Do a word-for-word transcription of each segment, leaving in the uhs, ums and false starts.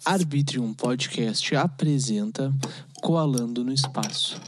Arbitrium Podcast apresenta Koalando no Espaço.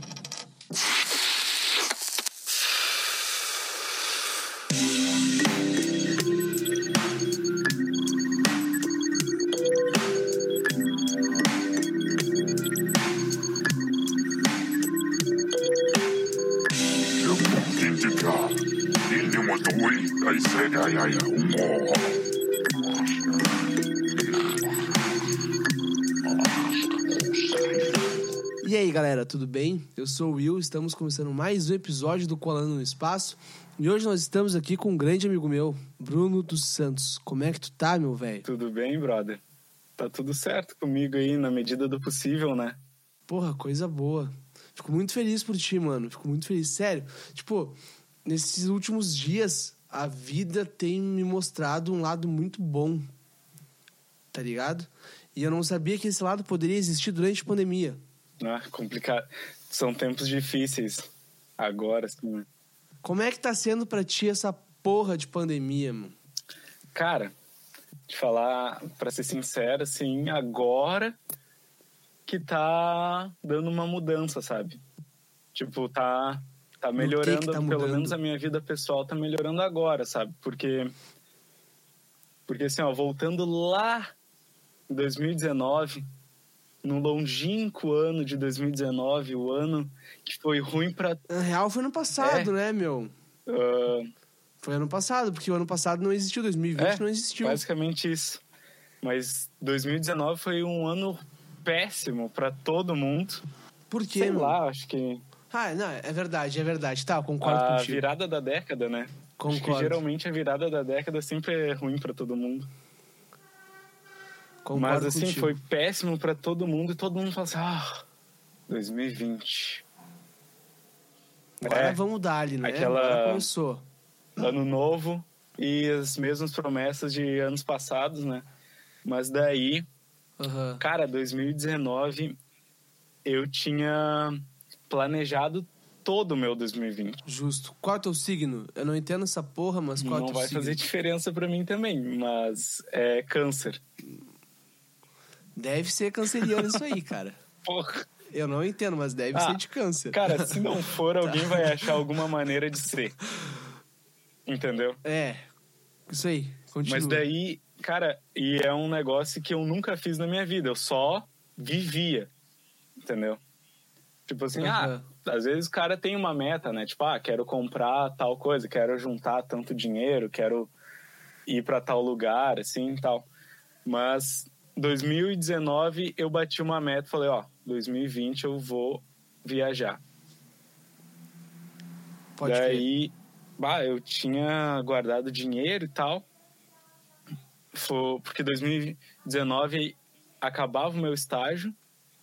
E aí galera, tudo bem? Eu sou o Will, estamos começando mais um episódio do Koalando no Espaço. E hoje nós estamos aqui com um grande amigo meu, Bruno dos Santos. Como é que tu tá, meu velho? Tudo bem, brother? Tá tudo certo comigo aí, na medida do possível, né? Porra, coisa boa. Fico muito feliz por ti, mano. Fico muito feliz. Sério, tipo, nesses últimos dias, a vida tem me mostrado um lado muito bom. Tá ligado? E eu não sabia que esse lado poderia existir durante a pandemia. Ah, complicado. São tempos difíceis. Agora, sim. Como é que tá sendo pra ti essa porra de pandemia, mano? Cara, te falar, pra ser sincero, assim, agora que tá dando uma mudança, sabe? Tipo, tá, tá melhorando, que tá pelo mudando? menos a minha vida pessoal tá melhorando agora, sabe? Porque, porque assim, ó, voltando lá em dois mil e dezenove... no longínquo ano de dois mil e dezenove, o ano que foi ruim pra... Na real, foi ano passado, É. né, meu? Uh, Foi ano passado, porque o ano passado não existiu, dois mil e vinte é, não existiu. basicamente isso. Mas dois mil e dezenove foi um ano péssimo pra todo mundo. Por quê, Sei mano? lá, acho que Ah, não, é verdade, é verdade. Tá, eu concordo a contigo. virada da década, né? Acho que Concordo. geralmente a virada da década sempre é ruim pra todo mundo. Concordo Mas assim, contigo. foi péssimo pra todo mundo e todo mundo fala assim, ah, dois mil e vinte. Agora É, vamos dar ali, né? aquela- Agora começou. ano novo e as mesmas promessas de anos passados, né? Mas daí, Aham. cara, dois mil e dezenove eu tinha planejado todo o meu dois mil e vinte. Justo. Qual é o teu signo? Eu não entendo essa porra, mas qual é o Não teu vai signo? fazer diferença pra mim também, mas é câncer. Deve ser canceriano isso aí, cara. Porra. Eu não entendo, mas deve Ah, ser de câncer. Cara, se não for, alguém vai achar alguma maneira de ser. Entendeu? É, isso aí. Continua. Mas daí, cara, e é um negócio que eu nunca fiz na minha vida. Eu só vivia. Entendeu? Tipo assim, Aham. ah, às vezes o cara tem uma meta, né? Tipo, ah, quero comprar tal coisa, quero juntar tanto dinheiro, quero ir pra tal lugar, assim, tal. Mas dois mil e dezenove eu bati uma meta, falei, ó, dois mil e vinte eu vou viajar. Pode crer. Daí, bah, eu tinha guardado dinheiro e tal. Foi porque dois mil e dezenove acabava o meu estágio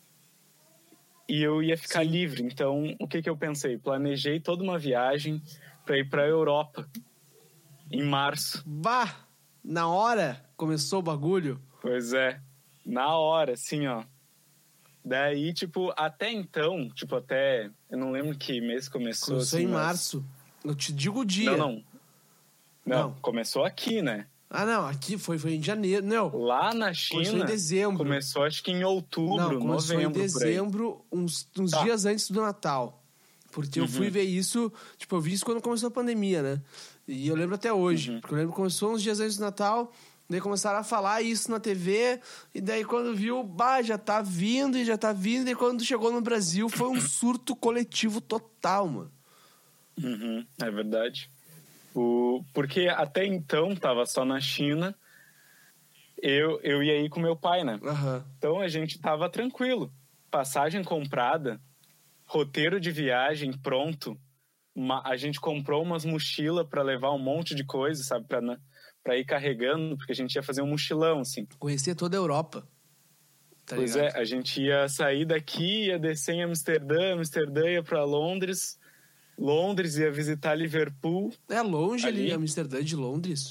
e eu ia ficar Sim. livre. Então, o que que eu pensei? Planejei toda uma viagem para ir para a Europa em março. Bah! Na hora começou o bagulho. Pois é, na hora, assim, ó. Daí, tipo, até então, tipo, até... Eu não lembro que mês começou. Começou assim, em mas- março. Eu te digo o dia. Não, não. Não, Não. começou aqui, né? Ah, não. Aqui foi, foi em janeiro. Não. Lá na China... Começou em dezembro. Começou, acho que em outubro, Não, começou novembro, em dezembro, uns, uns Tá. dias antes do Natal. Porque eu Uhum. fui ver isso, tipo, eu vi isso quando começou a pandemia, né? E eu lembro até hoje. Uhum. Porque eu lembro que começou uns dias antes do Natal, daí começaram a falar isso na T V, e daí quando viu, bah, já tá vindo e já tá vindo, e daí quando chegou no Brasil foi um surto coletivo total, mano. por aí. Uhum, é verdade. O... Porque até então tava só na China, eu, eu ia ir com meu pai, né? Aham. Então a gente tava tranquilo. Passagem comprada, roteiro de viagem pronto. Uma- a gente comprou umas mochilas pra levar um monte de coisa, sabe? Pra, na- pra ir carregando, porque a gente ia fazer um mochilão, assim. Conhecer toda a Europa. Tá Pois ligado? é, a gente ia sair daqui, ia descer em Amsterdã, Amsterdã ia pra Londres, Londres ia visitar Liverpool. É longe ali, Ali. Amsterdã de Londres.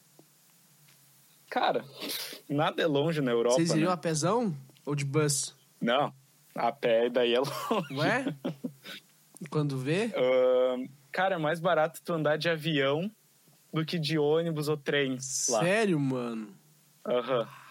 Cara, nada é longe na Europa, Vocês iriam né? a pezão ou de bus? Não, a pé daí é longe. Ué? Quando vê? Ahn, cara, é mais barato tu andar de avião do que de ônibus ou trem lá. Sério, mano? Aham.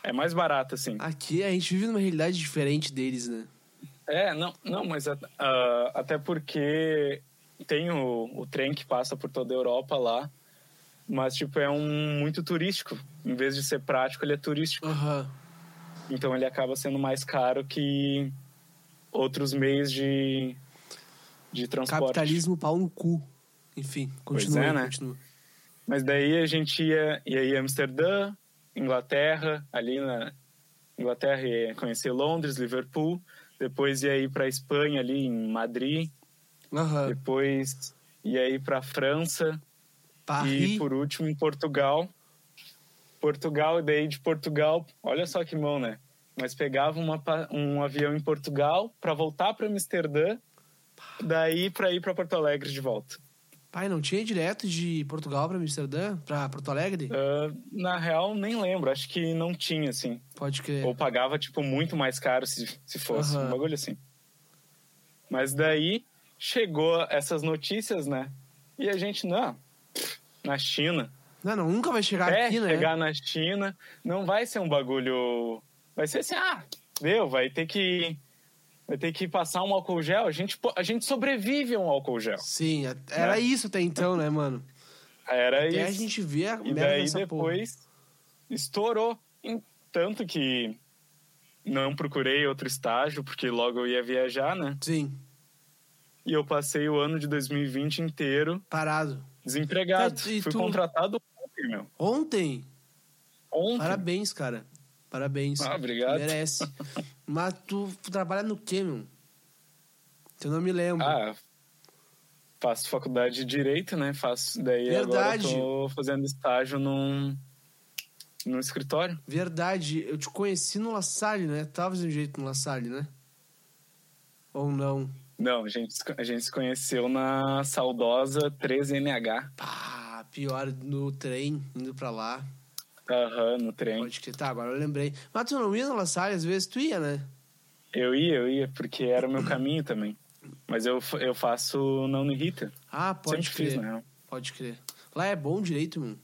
É mais barato, assim. Aqui a gente vive numa realidade diferente deles, né? É, não, não mas uh, até porque tem o, o trem que passa por toda a Europa lá, mas, tipo, é um muito turístico. Em vez de ser prático, ele é turístico. Aham. Então ele acaba sendo mais caro que outros meios de, de transporte. Capitalismo pau no cu. Enfim, continua, Pois é, né? continua. Mas daí a gente ia, ia ir a Amsterdã, Inglaterra, ali na Inglaterra ia conhecer Londres, Liverpool, depois ia ir para Espanha, ali em Madrid, Aham. depois ia ir para França Paris. e por último em Portugal. Portugal, daí de Portugal, olha só que mão, né? Mas pegava uma, um avião em Portugal para voltar para Amsterdã, daí para ir para Porto Alegre de volta. Pai, não tinha direto de Portugal pra Amsterdã? Pra Porto Alegre? Uh, na real, nem lembro. Acho que não tinha, assim. Pode crer. Ou pagava, tipo, muito mais caro se, se fosse. Aham. Um bagulho assim. Mas daí chegou essas notícias, né? E a gente, não, na China. Não, não, nunca vai chegar É, aqui, né? chegar na China não vai ser um bagulho... Vai ser assim, ah, deu, vai ter que... Vai ter que passar um álcool gel. A gente, a gente sobrevive a um álcool gel. Sim, era Né? isso até então, né, mano? Era Até isso. a gente vê a E merda daí dessa depois porra. estourou. Em- Tanto que não procurei outro estágio, porque logo eu ia viajar, né? Sim, E eu passei o ano de dois mil e vinte inteiro parado. desempregado. Tá, e Fui tu- contratado ontem, meu. Ontem? Ontem. Parabéns, cara. Parabéns. Ah, obrigado. Merece. Mas tu trabalha no quê, meu? Eu não me lembro. Ah, faço faculdade de Direito, né? Faço, daí Verdade. agora eu tô fazendo estágio num, num escritório. Verdade, eu te conheci no La Salle, né? Tava fazendo direito no La Salle, né? Ou não? Não, a gente, a gente se conheceu na saudosa três N H. Pá, pior, no trem, indo pra lá. Aham, no trem. Pode que tá, agora eu lembrei. Mas tu não ia no La Salle, às vezes tu ia, né? Eu ia, eu ia, porque era o meu caminho também. Mas eu, eu faço na Uniriter. Ah, pode Sempre crer. fiz, né? Pode crer. Lá é bom direito, meu.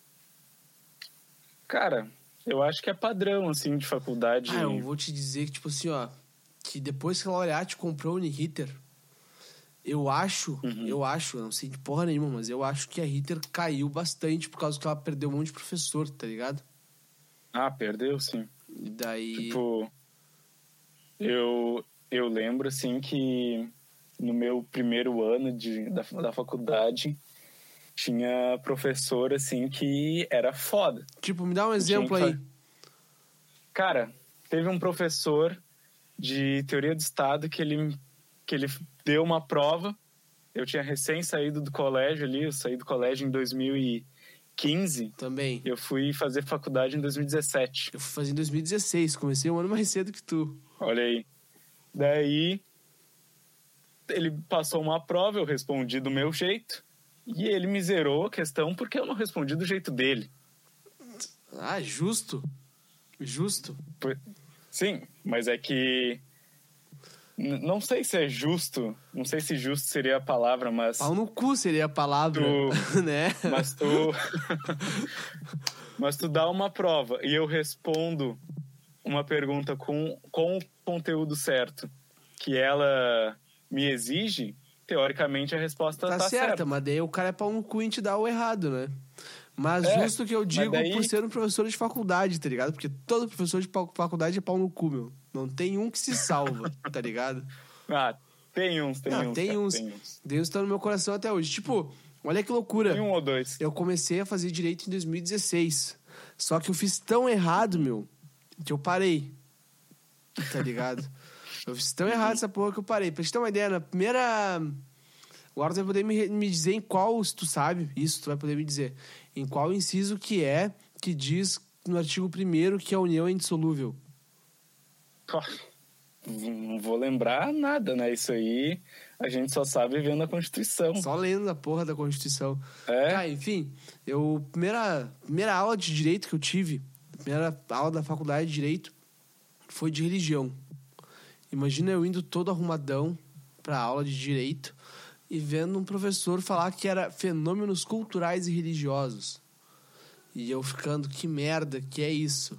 Cara, eu acho que é padrão, assim, de faculdade. Ah, eu vou te dizer que, tipo assim, ó, que depois que a Laureate comprou o Uniriter, eu acho, Uhum. eu acho, eu não sei de porra nenhuma, mas eu acho que a Ritter caiu bastante por causa que ela perdeu um monte de professor, tá ligado? Ah, perdeu, sim. E daí... Tipo, eu, eu lembro, assim, que no meu primeiro ano de, da, da faculdade tinha professor, assim, que era foda. Tipo, me dá um exemplo Tinha aí. que fa- Cara, teve um professor de teoria do Estado que ele, que ele deu uma prova. Eu tinha recém saído do colégio ali, eu saí do colégio em dois mil e quinze. Também. Eu fui fazer faculdade em dois mil e dezessete. Eu fui fazer em dois mil e dezesseis, comecei um ano mais cedo que tu. Olha aí. Daí, ele passou uma prova, eu respondi do meu jeito. E ele me zerou a questão porque eu não respondi do jeito dele. Ah, justo. Justo. Foi- Sim, mas é que... n- Não sei se é justo, não sei se justo seria a palavra, mas... Pau no cu seria a palavra, Tu- né? Mas tu... mas tu dá uma prova e eu respondo uma pergunta com, com o conteúdo certo que ela me exige, teoricamente a resposta Tá, tá, certa, certa. mas daí o cara é pau no cu em te dar o errado, né? Mas É, justo que eu digo daí- por ser um professor de faculdade, tá ligado? Porque todo professor de pau- faculdade é pau no cu, meu. Não tem um que se salva, tá ligado? Ah, tem uns, tem Não, uns. tem cara, uns. Tem uns. Deus tá no meu coração até hoje. Tipo, olha que loucura. Tem um ou dois. Eu comecei a fazer direito em dois mil e dezesseis. Só que eu fiz tão errado, meu, que eu parei. Tá ligado? Eu fiz tão errado essa porra que eu parei. Pra te ter uma ideia, na primeira... Agora tu vai poder me, me dizer em qual, se tu sabe, isso tu vai poder me dizer. Em qual inciso que é que diz no artigo primeiro que a união é indissolúvel. Pô, não vou lembrar nada, né? Isso aí a gente só sabe vendo a Constituição. Só lendo a porra da Constituição. É? Tá, enfim, eu... Primeira, primeira aula de direito que eu tive, a primeira aula da faculdade de direito, foi de religião. Imagina eu indo todo arrumadão pra aula de direito e vendo um professor falar que era fenômenos culturais e religiosos. E eu ficando, que merda, que é isso?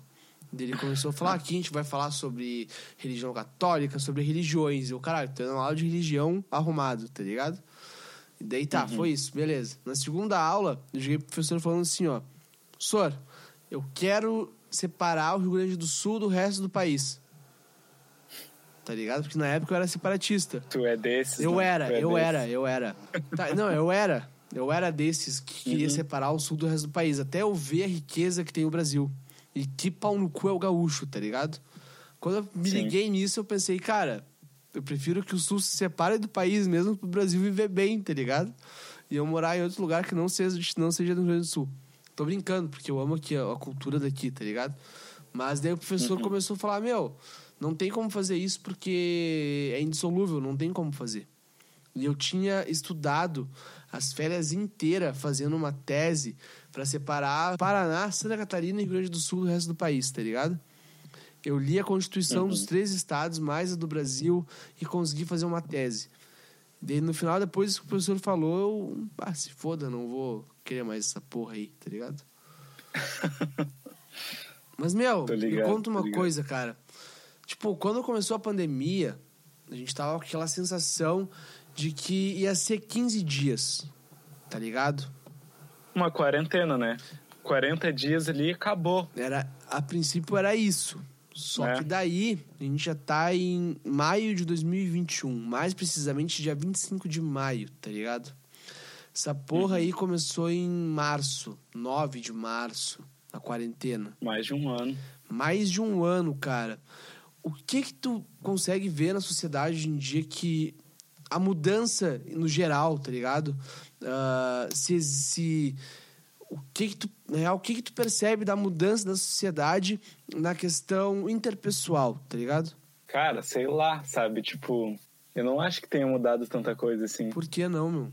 Daí ele começou a falar, aqui a gente vai falar sobre religião católica, sobre religiões. Eu, caralho, tô dando aula de religião arrumado, tá ligado? E daí tá, uhum. Foi isso, beleza. Na segunda aula, eu cheguei pro professor falando assim, ó. Professor, eu quero separar o Rio Grande do Sul do resto do país. Tá ligado? Porque na época eu era separatista. Tu é desses? Eu não? era, é eu desses. era, eu era. Tá, não, eu era. Eu era desses que queria uhum. separar o sul do resto do país. Até eu ver a riqueza que tem o Brasil. E que pau no cu é o gaúcho, tá ligado? Quando eu me Sim. liguei nisso, eu pensei, cara, eu prefiro que o sul se separe do país mesmo pro Brasil viver bem, tá ligado? E eu morar em outro lugar que não seja, não seja no Rio Grande do Sul. Tô brincando, porque eu amo aqui a, a cultura daqui, tá ligado? Mas daí o professor uhum. começou a falar, meu, não tem como fazer isso porque é indissolúvel, não tem como fazer. E eu tinha estudado as férias inteiras fazendo uma tese para separar Paraná, Santa Catarina e Rio Grande do Sul do resto do país, tá ligado? Eu li a Constituição uhum. dos três estados, mais a do Brasil, e consegui fazer uma tese. Daí, no final, depois que o professor falou, eu... Ah, se foda, não vou querer mais essa porra aí, tá ligado? Mas, meu, ligado, me conta uma coisa, cara. Tipo, quando começou a pandemia, a gente tava com aquela sensação de que ia ser quinze dias, tá ligado? Uma quarentena, né? quarenta dias ali e acabou. Era, a princípio era isso. Só é. que daí, a gente já tá em maio de dois mil e vinte e um. Mais precisamente, dia vinte e cinco de maio, tá ligado? Essa porra uhum. aí começou em março, nove de março, a quarentena. Mais de um ano. Mais de um ano, cara. O que que tu consegue ver na sociedade hoje em dia que... A mudança no geral, tá ligado? Uh, se, se, o que que tu, na real, o que que tu percebe da mudança da sociedade na questão interpessoal, tá ligado? Cara, sei lá, sabe? Tipo, eu não acho que tenha mudado tanta coisa assim. Por que não, meu?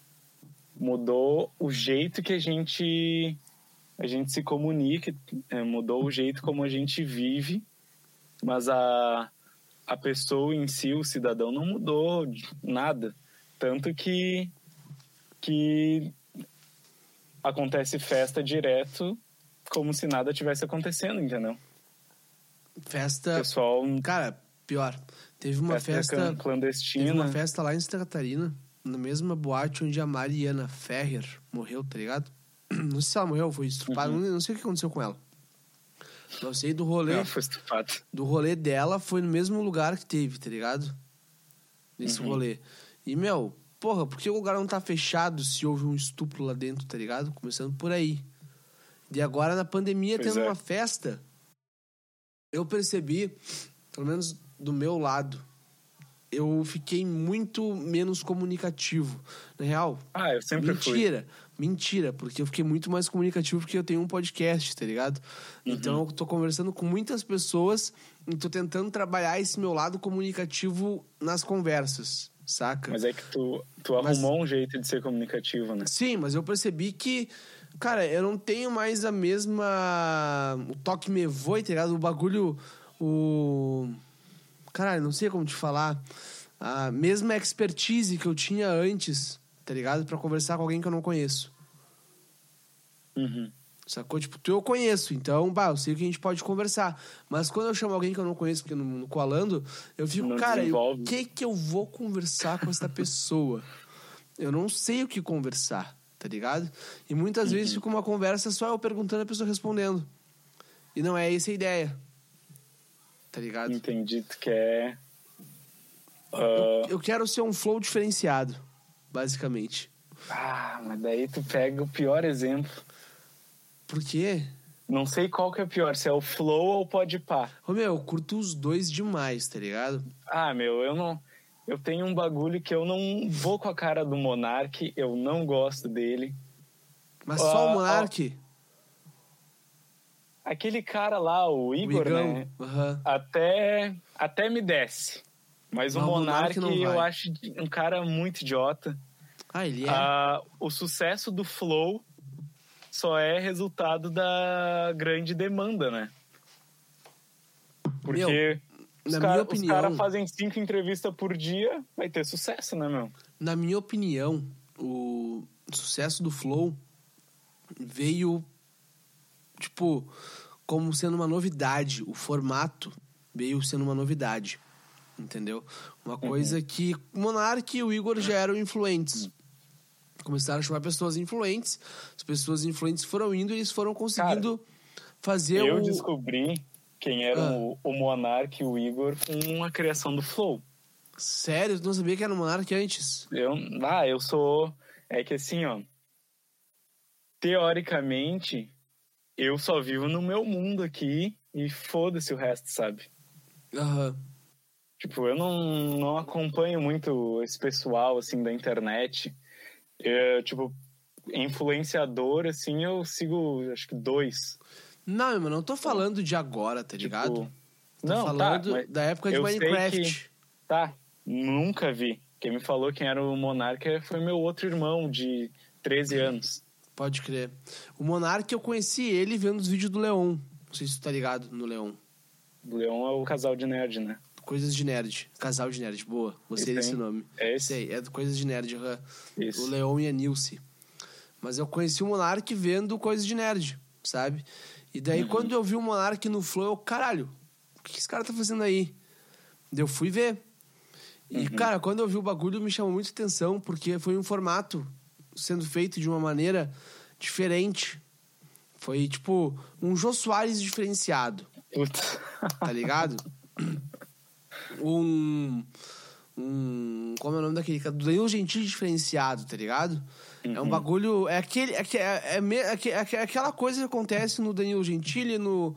Mudou o jeito que a gente, a gente se comunica, é, mudou o jeito como a gente vive, mas a... a pessoa em si, o cidadão, não mudou nada. Tanto que, que acontece festa direto como se nada tivesse acontecendo, entendeu? Festa... Pessoal... Cara, pior. Teve uma festa... festa clandestina. Teve uma festa lá em Santa Catarina, na mesma boate onde a Mariana Ferrer morreu, tá ligado? Não sei se ela morreu, foi estrupada, uhum. não, não sei o que aconteceu com ela. Eu sei do rolê... Ela foi estuprada. Do rolê dela foi no mesmo lugar que teve, tá ligado? Nesse uhum. rolê. E, meu, porra, por que o lugar não tá fechado se houve um estupro lá dentro, tá ligado? Começando por aí. E agora, na pandemia, pois tendo é. uma festa, eu percebi, pelo menos do meu lado, eu fiquei muito menos comunicativo. Na real, ah, eu sempre mentira. fui. Mentira, porque eu fiquei muito mais comunicativo porque eu tenho um podcast, tá ligado? Uhum. Então eu tô conversando com muitas pessoas e tô tentando trabalhar esse meu lado comunicativo nas conversas, saca? Mas é que tu, tu mas, arrumou um jeito de ser comunicativo, né? Sim, mas eu percebi que, cara, eu não tenho mais a mesma... O toque me voe, tá ligado? O bagulho... O... Caralho, não sei como te falar. A mesma expertise que eu tinha antes... tá ligado? Pra conversar com alguém que eu não conheço. Uhum. Sacou? Tipo, tu eu conheço, então, bah, eu sei que a gente pode conversar. Mas quando eu chamo alguém que eu não conheço, porque no, no Coalando, eu fico, não cara, o que que eu vou conversar com essa pessoa? Eu não sei o que conversar, tá ligado? E muitas uhum. vezes fica uma conversa só eu perguntando e a pessoa respondendo. E não é essa a ideia. Tá ligado? Entendi, tu quer... Uh... Eu, eu quero ser um flow diferenciado. Basicamente. Ah, mas daí tu pega o pior exemplo. Por quê? Não sei qual que é pior, se é o Flow ou o Podpah. Ô, meu, eu curto os dois demais, tá ligado? Ah, meu, eu não... Eu tenho um bagulho que eu não vou com a cara do Monark, eu não gosto dele. Mas uh, só o Monark? Uh, aquele cara lá, o Igor, o né? Uhum. Até, até me desce. Mas, Mas o Monark, Monark eu acho um cara muito idiota. Ah, ele é? Uh, o sucesso do Flow só é resultado da grande demanda, né? Porque meu, os caras cara fazem cinco entrevistas por dia, vai ter sucesso, né, meu? Na minha opinião, o sucesso do Flow veio, tipo, como sendo uma novidade. O formato veio sendo uma novidade. Entendeu? Uma coisa uhum. que o Monark e o Igor já eram influentes. Começaram a chamar pessoas influentes. As pessoas influentes foram indo e eles foram conseguindo Cara, fazer eu o... Eu descobri quem era ah. o, o Monark e o Igor com uma criação do Flow. Sério? Tu não sabia que era o Monark antes? Eu, ah, eu sou... É que assim, ó... Teoricamente, eu só vivo no meu mundo aqui e foda-se o resto, sabe? Aham. Uhum. Tipo, eu não, não acompanho muito esse pessoal, assim, da internet. Eu, tipo, influenciador, assim, eu sigo, acho que dois. Não, mas não tô falando de agora, tá ligado? Tipo, tô não, falando tá, da época de Minecraft. Que, tá, nunca vi. Quem me falou quem era o Monarca foi meu outro irmão de treze anos. Pode crer. O Monarca, eu conheci ele vendo os vídeos do Leon. Não sei se tu tá ligado no Leon. O Leon é o casal de nerd, né? Coisas de Nerd. Casal de Nerd. Boa. Gostei desse nome. É esse? Sei, é do Coisas de Nerd. Uhum. Isso. O Leon e a Nilce. Mas eu conheci o Monark vendo Coisas de Nerd, sabe? E daí, uhum. quando eu vi o Monark no Flow, eu, caralho, o que esse cara tá fazendo aí? Daí eu fui ver. E, uhum. cara, quando eu vi o bagulho, me chamou muita atenção, porque foi um formato sendo feito de uma maneira diferente. Foi, tipo, um Jô Soares diferenciado. Putz. Tá ligado? Um, um... Como é o nome daquele? Do Danilo Gentili diferenciado, tá ligado? Uhum. É um bagulho... É, aquele, é, é, é, é, é aquela coisa que acontece no Danilo Gentili, no...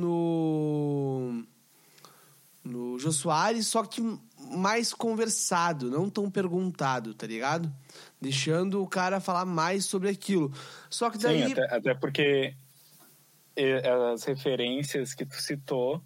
No... No Jô Soares, só que mais conversado, não tão perguntado, tá ligado? Deixando o cara falar mais sobre aquilo. Só que daí... Sim, até, até porque as referências que tu citou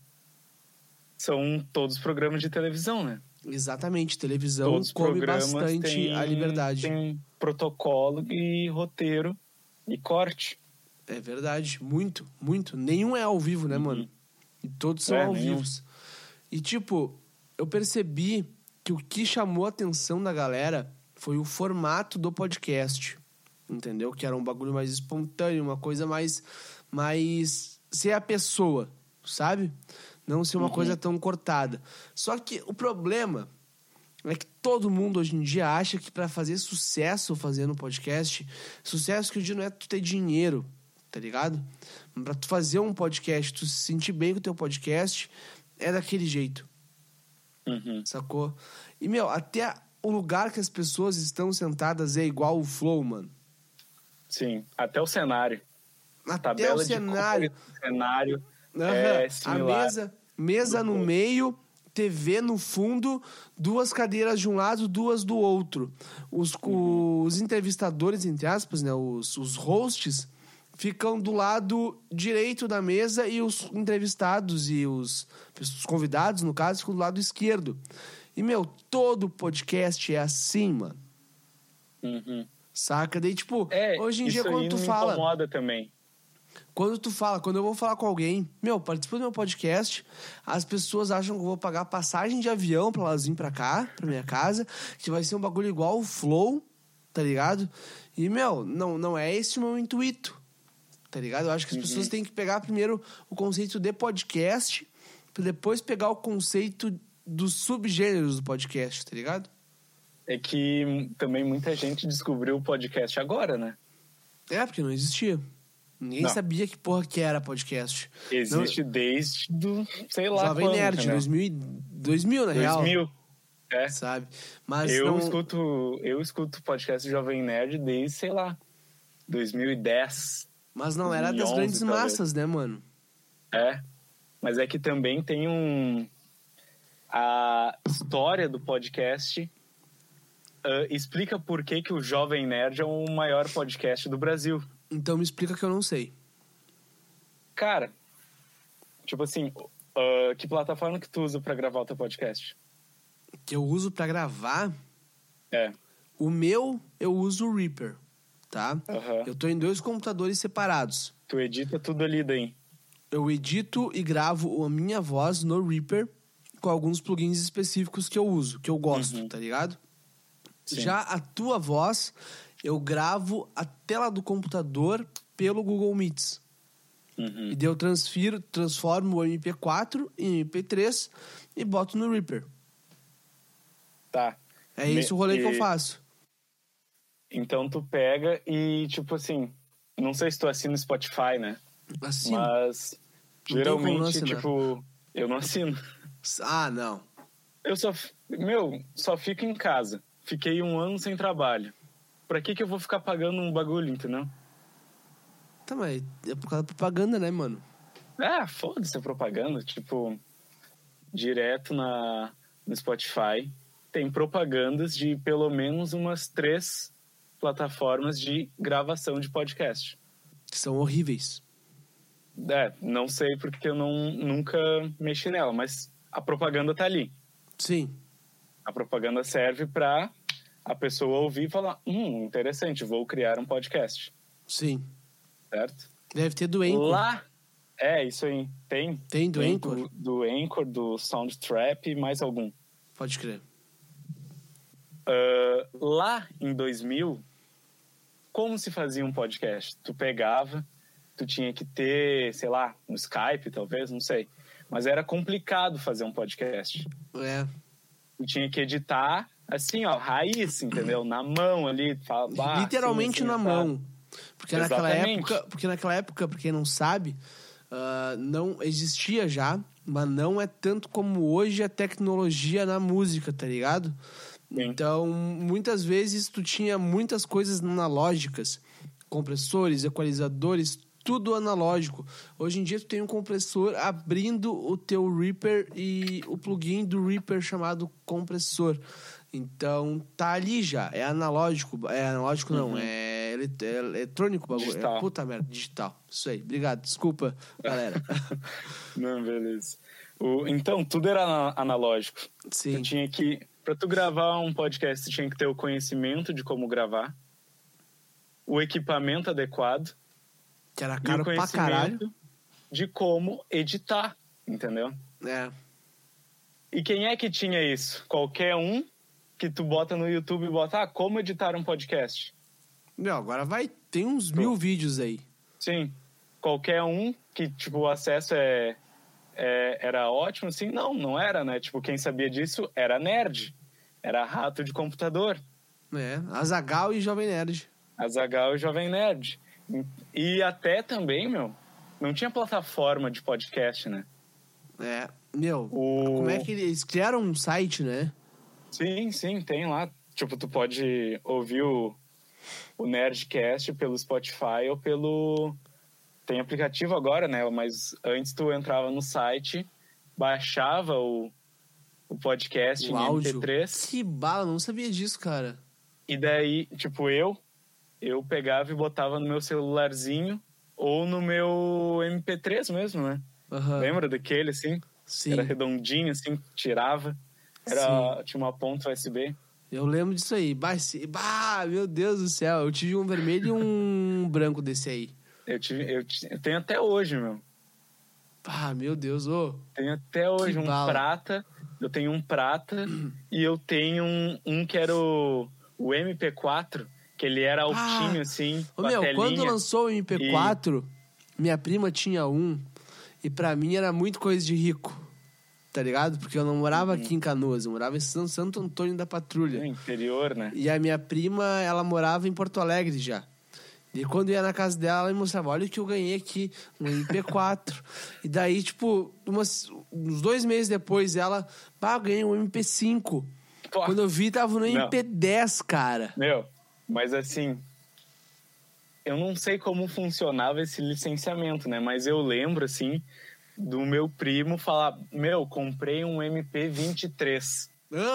são todos programas de televisão, né? Exatamente, televisão todos come bastante tem, a liberdade. Tem protocolo e roteiro e corte. É verdade, muito, muito. Nenhum é ao vivo, né, uhum. mano? E todos são é, ao nenhum. vivo. E, tipo, eu percebi que o que chamou a atenção da galera foi o formato do podcast, entendeu? Que era um bagulho mais espontâneo, uma coisa mais... mais ser a pessoa, sabe? Não ser uma uhum. coisa tão cortada. Só que o problema é que todo mundo hoje em dia acha que pra fazer sucesso fazendo podcast, sucesso que eu digo não é tu ter dinheiro, tá ligado? Pra tu fazer um podcast, tu se sentir bem com o teu podcast, é daquele jeito. Uhum. Sacou? E, meu, até o lugar que as pessoas estão sentadas é igual o Flow, mano. Sim, até o cenário. Até tabela o cenário. De cenário uhum. é A mesa, mesa no meio, T V no fundo, duas cadeiras de um lado, duas do outro. Os, uhum. os entrevistadores, entre aspas, né, os, os hosts, ficam do lado direito da mesa e os entrevistados e os, os convidados, no caso, ficam do lado esquerdo. E, meu, todo podcast é assim, mano. Uhum. Saca? Daí, tipo, é, hoje em dia, quando tu fala... Isso incomoda também. Quando tu fala, quando eu vou falar com alguém, meu, participa do meu podcast, as pessoas acham que eu vou pagar passagem de avião pra elas virem pra cá, pra minha casa, que vai ser um bagulho igual o Flow, tá ligado? E, meu, não, não é esse o meu intuito, tá ligado? Eu acho que as uhum. pessoas têm que pegar primeiro o conceito de podcast, pra depois pegar o conceito dos subgêneros do podcast, tá ligado? É que também muita gente descobriu o podcast agora, né? É, porque não existia. Ninguém não. sabia que porra que era podcast. Existe não... desde do, sei lá Jovem quando, Nerd, dois mil, dois mil na real. dois mil, é. Sabe? Mas eu, não... escuto, eu escuto podcast Jovem Nerd desde, sei lá, dois mil e dez. Mas não era das grandes talvez. massas, né, mano? É, mas é que também tem um... A história do podcast uh, explica por que, que o Jovem Nerd é o maior podcast do Brasil. Então me explica que eu não sei. Cara, tipo assim, uh, que plataforma que tu usa pra gravar o teu podcast? Que eu uso pra gravar? É. O meu, eu uso o Reaper, tá? Uhum. Eu tô em dois computadores separados. Tu edita tudo ali daí? Eu edito e gravo a minha voz no Reaper com alguns plugins específicos que eu uso, que eu gosto, uhum. tá ligado? Sim. Já a tua voz... Eu gravo a tela do computador pelo Google Meets, Uhum. E daí eu transfiro, transformo o M P quatro em M P três e boto no Reaper. Tá. É esse o rolê e... que eu faço. Então tu pega e, tipo assim, não sei se tu assina o Spotify, né? Assino. Mas Não tem como não geralmente, assinar. tipo, eu não assino. Ah, não. Eu só, meu, só fico em casa. Fiquei um ano sem trabalho. Pra que que eu vou ficar pagando um bagulho, entendeu? Tá, mas é por causa da propaganda, né, mano? Ah, foda-se a propaganda. Tipo, direto na, no Spotify tem propagandas de pelo menos umas três plataformas de gravação de podcast. São horríveis. É, não sei porque eu não, nunca mexi nela, mas a propaganda tá ali. Sim. A propaganda serve pra a pessoa ouvir e falar, hum, interessante, vou criar um podcast. Sim. Certo? Deve ter do Anchor. Lá, é, isso aí, tem. Tem do Tem Anchor? Do, do Anchor, do Soundtrap e mais algum. Pode crer. Uh, lá em dois mil, como se fazia um podcast? Tu pegava, tu tinha que ter, sei lá, um Skype talvez, não sei. Mas era complicado fazer um podcast. É. Tu tinha que editar, assim, ó, raiz, entendeu? Na mão ali. Fala, bah, Literalmente assim, assim, na tá. mão. Porque naquela Exatamente. época, porque naquela época, pra quem não sabe, uh, não existia já, mas não é tanto como hoje a tecnologia na música, tá ligado? Sim. Então, muitas vezes tu tinha muitas coisas analógicas, compressores, equalizadores, tudo analógico. Hoje em dia tu tem um compressor abrindo o teu Reaper e o plugin do Reaper chamado compressor. Então tá ali já, é analógico, é analógico não, Uhum. é, ele- é eletrônico o bagulho, Digital. é puta merda, digital. Isso aí, obrigado, desculpa, galera. Não, beleza. O, então, tudo era ana- analógico. Sim, Tu tinha que... Pra tu gravar um podcast, tu tinha que ter o conhecimento de como gravar, o equipamento adequado que era e o caro pra caralho. conhecimento de como editar, entendeu? É, E quem é que tinha isso? Qualquer um que tu bota no YouTube e bota, ah, como editar um podcast? meu, agora vai, tem uns mil vídeos aí. Sim. Qualquer um que, tipo, o acesso é, é, era ótimo, assim, não, não era, né? Tipo, quem sabia disso era nerd, era rato de computador, É, Azaghal e Jovem Nerd. Azaghal e Jovem Nerd. E até também, meu, não tinha plataforma de podcast, né? É, meu, O... como é que eles criaram um site, né? Sim, sim, tem lá. Tipo, tu pode ouvir o, o Nerdcast pelo Spotify ou pelo... Tem aplicativo agora, né? Mas antes tu entrava no site, baixava o, o podcast O em áudio. M P três. Que bala, não sabia disso, cara. E daí, tipo, eu, eu pegava e botava no meu celularzinho ou no meu M P três mesmo, né? Aham. Lembra daquele, assim? Sim, Era redondinho, assim, tirava. Era, tinha uma ponta U S B. eu lembro disso aí. Bah, esse- bah, meu Deus do céu, eu tive um vermelho e um branco desse aí. Eu, tive, eu, ti- eu tenho até hoje, meu. Ah, meu Deus, ô. Tenho até hoje Que um bala. prata. Eu tenho um prata e eu tenho um, um que era o, o M P quatro, que ele era altinho, Ah, assim, Ô, com a meu, telinha. quando lançou o M P quatro, minha prima tinha um e pra mim era muito coisa de rico, tá ligado? Porque eu não morava Uhum. aqui em Canoas, eu morava em São Santo Antônio da Patrulha. No interior, né? E a minha prima, ela morava em Porto Alegre já. E quando eu ia na casa dela, ela me mostrava, olha o que eu ganhei aqui, um M P quatro. E daí, tipo, umas, uns dois meses depois, ela, pá, eu ganhei um M P cinco. Pô, Quando eu vi, tava no M P dez, cara. Meu, mas assim... Eu não sei como funcionava esse licenciamento, né? Mas eu lembro, assim, do meu primo falar... Meu, comprei um M P vinte e três.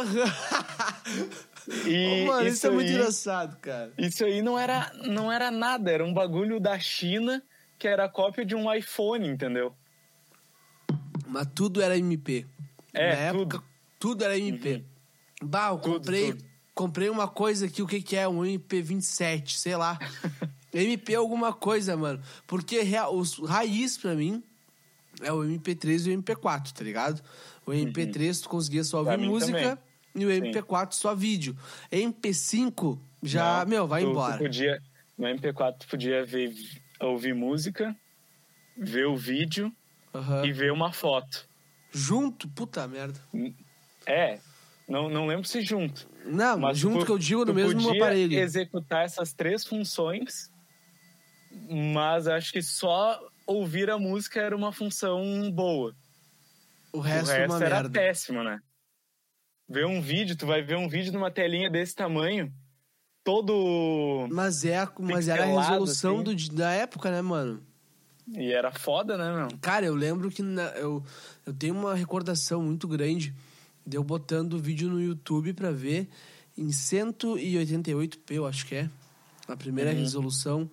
E Ô, mano, isso, isso é muito aí- engraçado, cara. Isso aí não era, não era nada, era um bagulho da China que era cópia de um iPhone, entendeu? Mas tudo era M P. É, Na tudo. época, tudo era M P. Bah, eu Tudo, comprei, tudo. comprei uma coisa aqui, o que que é? Um M P vinte e sete, sei lá. M P alguma coisa, mano. Porque real, os raiz pra mim é o M P três e o M P quatro, tá ligado? O M P três tu conseguia só Pra ouvir mim música também. e o M P quatro só vídeo. M P cinco já, Não, meu, vai tu- embora. Tu podia, no M P quatro tu podia ver, ouvir música, ver o vídeo Aham. e ver uma foto. Junto? Puta merda. É, não, não lembro se junto. Não, Mas junto tu, que eu digo no tu mesmo podia aparelho. executar essas três funções, mas acho que só ouvir a música era uma função boa. O O resto, é resto uma era merda. péssimo, né? Ver um vídeo, tu vai ver um vídeo numa telinha desse tamanho, todo... Mas, é, a- mas era a Pixelado, resolução assim. do, di- da época, né, mano? E era foda, né, meu? Cara, eu lembro que na- eu, eu tenho uma recordação muito grande de eu botando o vídeo no YouTube pra ver em cento e oitenta e oito p, eu acho que é. A primeira Uhum. resolução.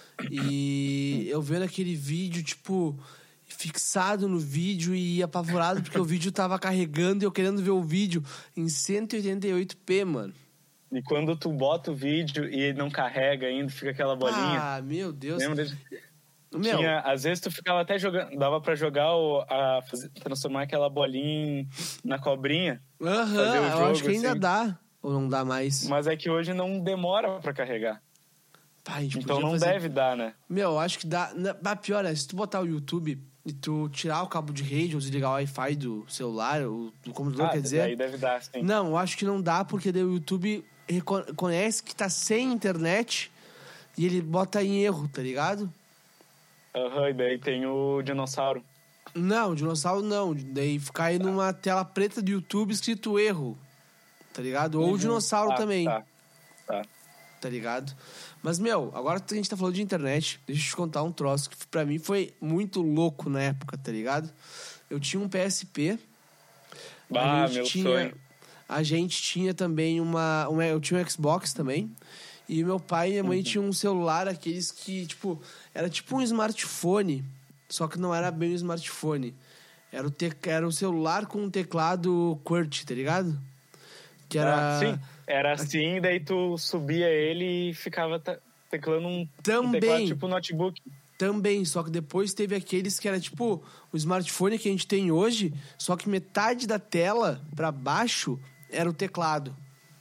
E eu vendo aquele vídeo, tipo, fixado no vídeo e apavorado porque o vídeo tava carregando e eu querendo ver o vídeo em cento e oitenta e oito p, mano. E quando tu bota o vídeo e ele não carrega ainda, fica aquela bolinha. Ah, meu Deus. Lembra? De... Meu, Tinha, às vezes tu ficava até jogando, dava pra jogar, o, a, fazer- transformar aquela bolinha em- na cobrinha. aham, fazer o eu jogo, acho que ainda assim. dá. Ou não dá mais. Mas é que hoje não demora pra carregar. Pá, a gente Então podia não fazer- deve dar, né? Meu, eu acho que dá. na- Bah, pior é, se tu botar o YouTube e tu tirar o cabo de rede ou desligar o Wi-Fi do celular, ou do computador, Ah, quer dizer. daí deve dar, sim. Não, eu acho que não dá, porque daí o YouTube reco- reconhece que tá sem internet e ele bota em erro, tá ligado? Aham, e daí tem o dinossauro. Não, dinossauro não. Daí cai numa tela preta do YouTube escrito erro, tá ligado? Ou Uhum. o dinossauro Tá, também. Tá, tá. Tá ligado? Mas, meu, agora que a gente tá falando de internet, deixa eu te contar um troço que pra mim foi muito louco na época, tá ligado? Eu tinha um P S P. Bah, a gente meu tinha, sonho. A gente tinha também uma, uma... Eu tinha um Xbox também. E meu pai e minha mãe Uhum. tinham um celular, aqueles que, tipo... Era tipo um smartphone, só que não era bem um smartphone. Era o, te, era o celular com um teclado QWERTY, tá ligado? Que era... Ah, sim, era assim, daí tu subia ele e ficava te- teclando um, um Também. teclado tipo notebook. Também, só que depois teve aqueles que era tipo o smartphone que a gente tem hoje, só que metade da tela pra baixo era o teclado,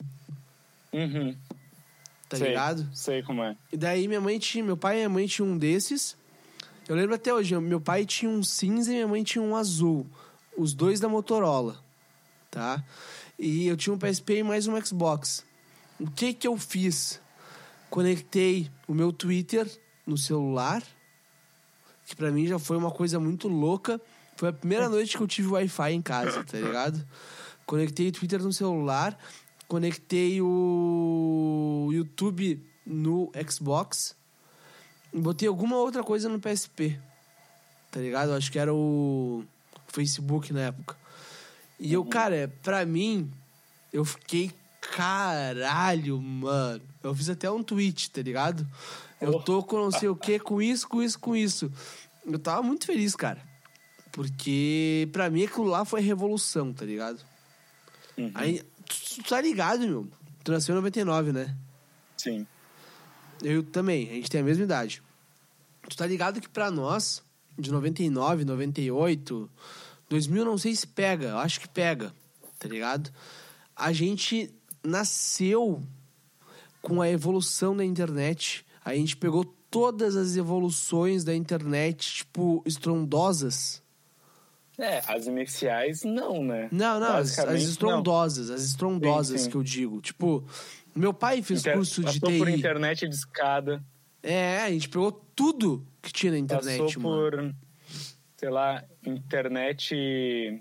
Uhum. tá sei, ligado? Sei como é. E daí minha mãe tinha, meu pai e minha mãe tinham um desses. Eu lembro até hoje, meu pai tinha um cinza e minha mãe tinha um azul, os dois da Motorola, tá? E eu tinha um P S P e mais um Xbox. O que que eu fiz? Conectei o meu Twitter no celular, que pra mim já foi uma coisa muito louca. Foi a primeira noite que eu tive Wi-Fi em casa, tá ligado? Conectei o Twitter no celular, conectei o YouTube no Xbox e botei alguma outra coisa no P S P, tá ligado? Acho que era o Facebook na época. E eu, cara, pra mim, eu fiquei caralho, mano. Eu fiz até um tweet, tá ligado? Eu tô com não sei o que, com isso, com isso, com isso. Eu tava muito feliz, cara. Porque pra mim aquilo lá foi revolução, tá ligado? Uhum. Aí, tu, tu tá ligado, meu? Tu nasceu em noventa e nove, né? Sim. Eu também, a gente tem a mesma idade. Tu tá ligado que pra nós, de noventa e nove, noventa e oito, dois mil não sei se pega, eu acho que pega, tá ligado? A gente nasceu com a evolução da internet. A gente pegou todas as evoluções da internet, tipo, estrondosas. É, as iniciais não, né? Não, não, as, as Basicamente, estrondosas, as estrondosas Sim, sim. que eu digo. Tipo, meu pai fez Inter... curso de Passou T I. por internet de escada. É, a gente pegou tudo que tinha na internet, Passou mano. por, sei lá, internet...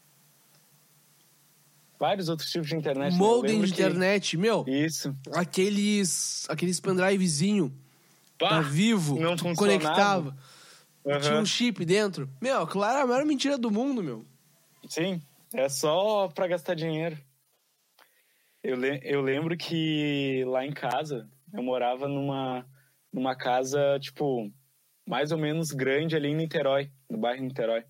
Vários outros tipos de internet. né? Eu Modem lembro de que- internet, meu. Isso. Aqueles, aqueles pendrivezinho Pá, da Vivo, não tu funcionava. conectava. Aham. Tinha um chip dentro. Meu, claro, a maior mentira do mundo, meu. Sim, é só pra gastar dinheiro. Eu, le- eu lembro que lá em casa, eu morava numa, numa casa, tipo, mais ou menos grande ali em Niterói, no bairro Niterói.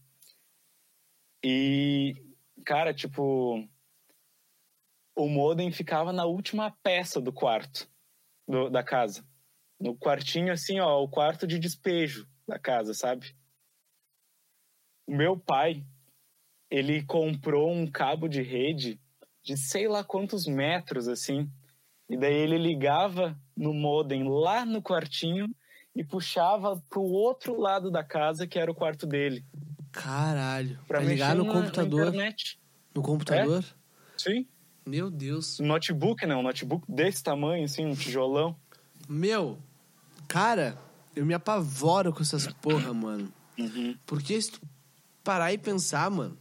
E, cara, tipo, o modem ficava na última peça do quarto do- da casa. No quartinho, assim, ó, o quarto de despejo da casa, sabe? O meu pai, ele comprou um cabo de rede de sei lá quantos metros, assim. E daí ele ligava no modem lá no quartinho e puxava pro outro lado da casa, que era o quarto dele. Caralho. Pra Pra ligar no na, computador. Na internet. No computador? É? Sim. Meu Deus. Um notebook, né? Um notebook desse tamanho, assim, um tijolão. Meu, cara, eu me apavoro com essas porra, mano. Uhum. Porque se tu parar e pensar, mano,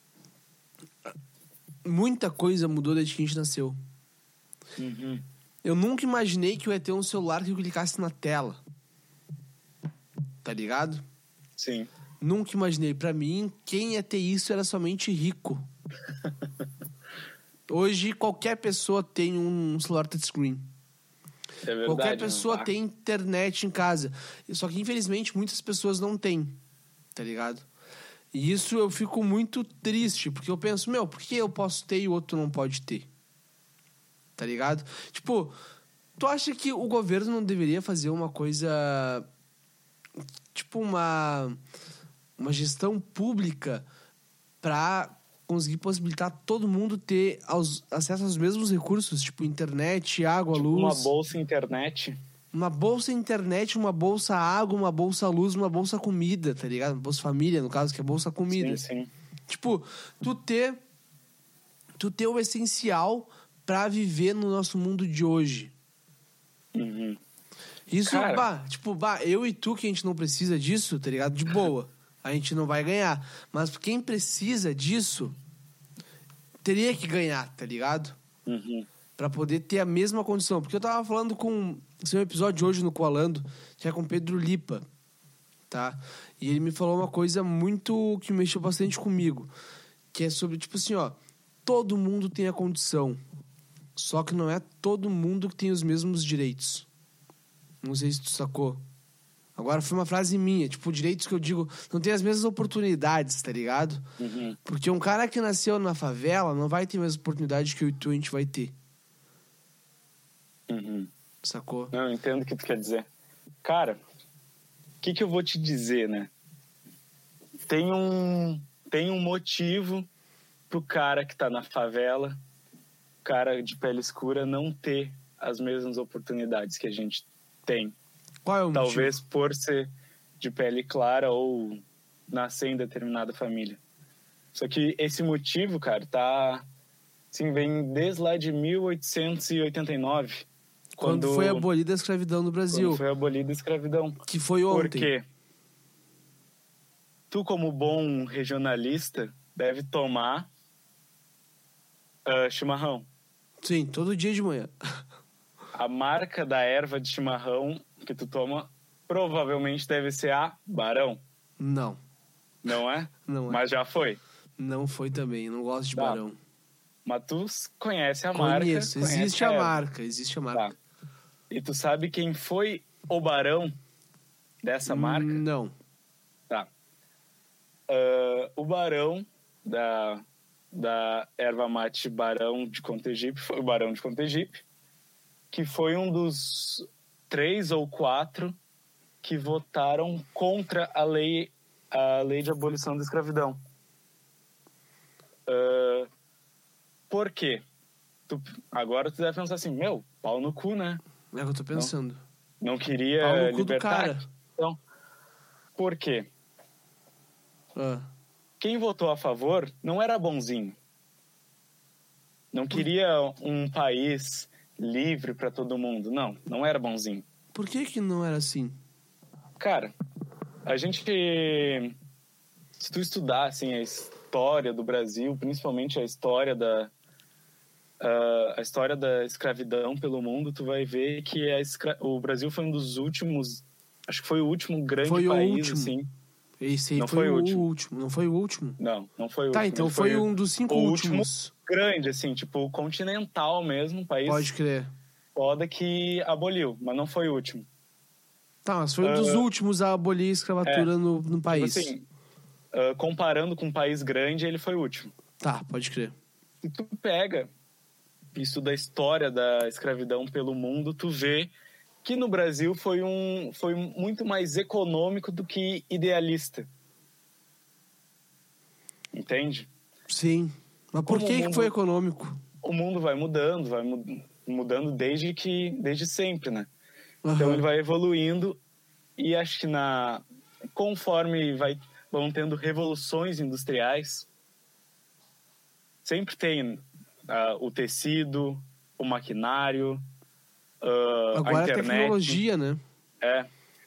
muita coisa mudou desde que a gente nasceu. Uhum. Eu nunca imaginei que eu ia ter um celular que eu clicasse na tela. Tá ligado? Sim. Nunca imaginei. Pra mim, quem ia ter isso era somente rico. Hoje, qualquer pessoa tem um celular touchscreen. É verdade. Qualquer pessoa não. tem internet em casa. Só que, infelizmente, muitas pessoas não têm. Tá ligado? E isso eu fico muito triste. Porque eu penso, meu, por que eu posso ter e o outro não pode ter? Tá ligado? Tipo, tu acha que o governo não deveria fazer uma coisa... Tipo, uma... Uma gestão pública pra conseguir possibilitar todo mundo ter aos, acesso aos mesmos recursos, tipo internet, água, Tipo luz. uma bolsa internet. Uma bolsa internet, uma bolsa água, uma bolsa luz, uma bolsa comida, tá ligado? Uma bolsa família, no caso, que é bolsa comida. Sim, sim. Tipo, tu ter, tu ter o essencial pra viver no nosso mundo de hoje. Uhum. Isso, Cara... bah, tipo, bah, eu e tu que a gente não precisa disso, tá ligado? De boa. A gente não vai ganhar. Mas quem precisa disso teria que ganhar, tá ligado? Uhum. Pra poder ter a mesma condição. Porque eu tava falando com... Esse é um episódio hoje no Coalando, que é com o Pedro Lipa, tá? E ele me falou uma coisa muito... que mexeu bastante comigo. Que é sobre, tipo assim, ó... Todo mundo tem a condição. Só que não é todo mundo que tem os mesmos direitos. Não sei se tu sacou. Agora foi uma frase minha, tipo, direitos que eu digo, não tem as mesmas oportunidades, tá ligado? Uhum. Porque um cara que nasceu na favela não vai ter as mesmas oportunidades que eu e tu a gente vai ter. Uhum. Sacou? Não, eu entendo o que tu quer dizer. Cara, o que que eu vou te dizer, né? Tem um, tem um motivo pro cara que tá na favela, cara de pele escura, não ter as mesmas oportunidades que a gente tem. Qual é o motivo? Talvez por ser de pele clara ou nascer em determinada família. Só que esse motivo, cara, tá... Assim, vem desde lá de mil oitocentos e oitenta e nove. Quando, Quando foi abolida a escravidão no Brasil. Quando foi abolida a escravidão. Que foi ontem. Por quê? Tu, como bom regionalista, deve tomar uh, chimarrão. Sim, todo dia de manhã. A marca da erva de chimarrão que tu toma provavelmente deve ser a Barão. Não. Não é? Não é. Mas já foi. Não foi também, não gosto de Tá. Barão. Mas tu conhece a marca. Conheço, conhece existe a erva. marca, existe a marca. Tá. E tu sabe quem foi o Barão dessa marca? Não. Tá. Uh, o Barão da, da erva mate Barão de Contegipe foi o Barão de Contegipe, que foi um dos três ou quatro que votaram contra a lei, a lei de abolição da escravidão. Uh, por quê? Tu, agora tu deve pensar assim, meu, pau no cu, né? É o que eu tô pensando. Não queria Pau no cu do libertar. cara. Então, por quê? Ah. Quem votou a favor não era bonzinho. Não queria um país livre para todo mundo. Não, não era bonzinho. Por que que não era assim? Cara, a gente... Se tu estudar, assim, a história do Brasil, principalmente a história da... Uh, a história da escravidão pelo mundo, tu vai ver que a escra... o Brasil foi um dos últimos... Acho que foi o último grande Foi o país, último. assim... Esse aí Não foi, foi o o último. último. Não foi o último? Não, não foi o Tá, último. então Ele foi, um dos cinco o últimos. último grande, assim, tipo, continental mesmo, um país Pode crer. foda que aboliu, mas não foi o último. Tá, mas foi um dos Uh, últimos a abolir a escravatura é. no, no país. Tipo assim, uh, comparando com um país grande, ele foi o último. Tá, pode crer. Se tu pega isso da história da escravidão pelo mundo, tu vê que no Brasil foi, um, foi muito mais econômico do que idealista. Entende? Sim. Mas por Como que o que mundo- foi econômico? O mundo vai mudando, vai mu- mudando desde que desde sempre, né? Aham. Então ele vai evoluindo E acho que na, conforme vai, vão tendo revoluções industriais, sempre tem uh, o tecido, o maquinário, uh, Agora a a internet. tecnologia, né? É.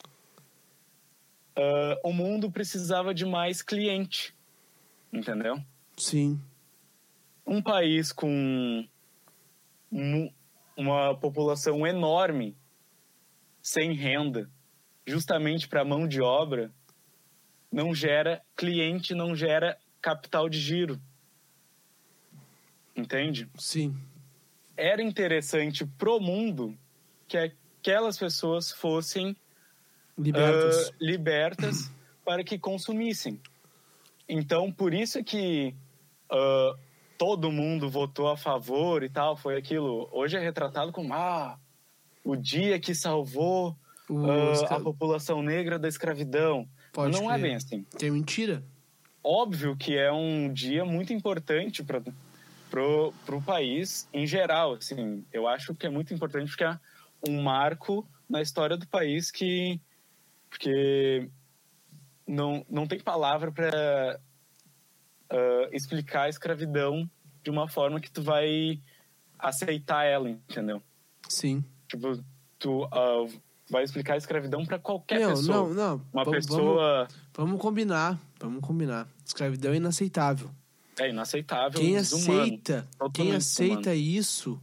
Uh, o mundo precisava de mais cliente, entendeu? Sim. Um país com um, uma população enorme, sem renda, justamente para mão de obra, não gera cliente, não gera capital de giro. Entende? Sim. Era interessante pro mundo que aquelas pessoas fossem Libertas. uh, libertas para que consumissem. Então, por isso que uh, todo mundo votou a favor e tal, foi aquilo. Hoje é retratado como ah, o dia que salvou uh, escra... a população negra da escravidão. Pode Mas não crer. é bem assim. Que é mentira. Óbvio que é um dia muito importante para pro, pro país em geral. Assim, eu acho que é muito importante porque é um marco na história do país que... Porque não, não tem palavra para uh, explicar a escravidão de uma forma que tu vai aceitar ela, entendeu? Sim. Tipo, tu uh, vai explicar a escravidão para qualquer Não, pessoa. não, não. Uma Vamos, pessoa... Vamos, vamos combinar, vamos combinar. Escravidão é inaceitável. É inaceitável, Quem desumano. aceita, Totalmente quem aceita desumano. isso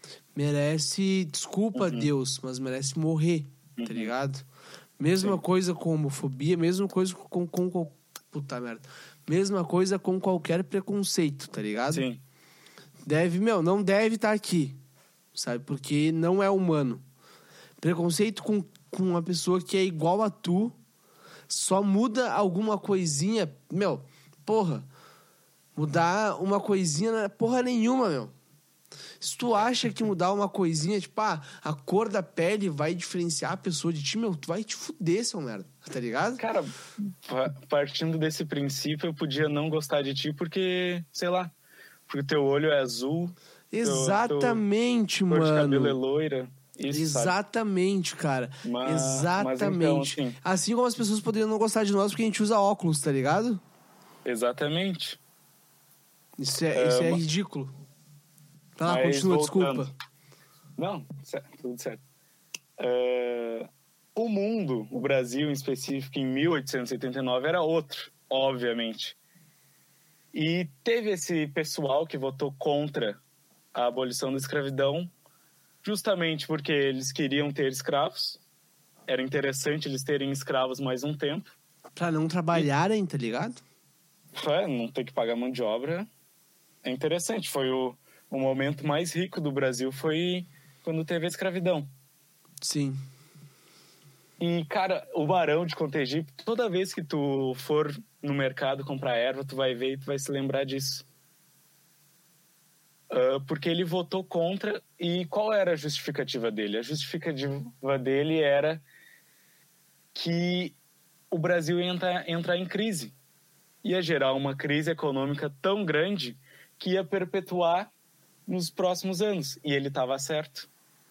merece, desculpa Uhum. Deus, mas merece morrer, Uhum. tá ligado? Mesma Sim. coisa com homofobia, mesma coisa com, com, com... Puta merda. Mesma coisa com qualquer preconceito, tá ligado? Sim. Deve, meu, não deve estar aqui, sabe? Porque não é humano. Preconceito com, com uma pessoa que é igual a tu, só muda alguma coisinha, meu, porra. Mudar uma coisinha não é porra nenhuma, meu. Se tu acha que mudar uma coisinha, tipo, ah, a cor da pele vai diferenciar a pessoa de ti, meu, tu vai te fuder, seu merda, tá ligado? Cara, pa- partindo desse princípio, eu podia não gostar de ti porque, sei lá, porque teu olho é azul, Exatamente, teu cor de cabelo é mano. loira. Isso, sabe? Exatamente, cara. Mas- Exatamente. mas então, assim- Assim como as pessoas poderiam não gostar de nós porque a gente usa óculos, tá ligado? Exatamente. Isso é, É, isso é ma- ridículo. Vai lá, Mas continua, voltando. desculpa. Não, certo, tudo certo. É, o mundo, o Brasil em específico, em mil oitocentos e oitenta e nove, era outro, obviamente. E teve esse pessoal que votou contra a abolição da escravidão, justamente porque eles queriam ter escravos. Era interessante eles terem escravos mais um tempo. Pra não trabalharem, tá ligado? É, não ter que pagar mão de obra é interessante. Foi o, o momento mais rico do Brasil, foi quando teve a escravidão. Sim. E, cara, o Barão de Contegipe, toda vez que tu for no mercado comprar erva, tu vai ver e tu vai se lembrar disso. Uh, porque ele votou contra. E qual era a justificativa dele? A justificativa dele era que o Brasil ia entrar, entrar em crise. Ia gerar uma crise econômica tão grande que ia perpetuar nos próximos anos. E ele estava certo.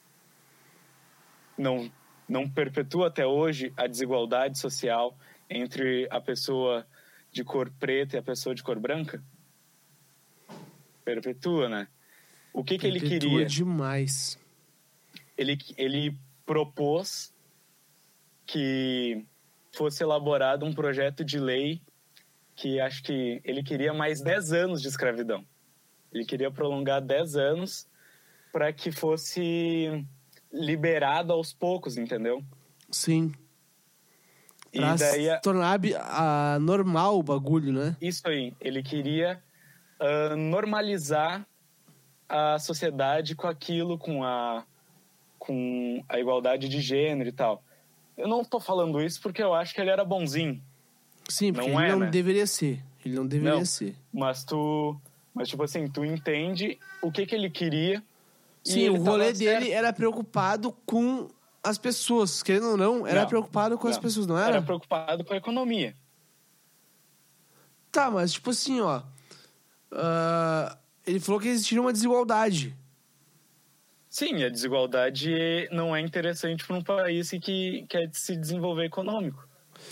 Não, não perpetua até hoje a desigualdade social entre a pessoa de cor preta e a pessoa de cor branca? Perpetua, né? O que, que ele Perpetua queria? demais. Ele, ele propôs que fosse elaborado um projeto de lei que acho que ele queria mais dez anos de escravidão. Ele queria prolongar dez anos para que fosse liberado aos poucos, entendeu? Sim. E Pra daí, se tornar a, a normal o bagulho, né? isso aí, ele queria uh, normalizar a sociedade com aquilo, com a, com a igualdade de gênero e tal. Eu não tô falando isso porque eu acho que ele era bonzinho. Sim, porque Não ele é, não né? deveria ser. Ele não deveria Não, ser. mas tu... Mas, tipo assim, tu entende o que que ele queria. e Sim, ele o rolê tava dele certo. era preocupado com as pessoas. Querendo ou não, era Não, preocupado com as não. pessoas, não era? Era preocupado com a economia. Tá, mas tipo assim, ó. ah, ele falou que existiria uma desigualdade. Sim, a desigualdade não é interessante para um país que quer se desenvolver econômico.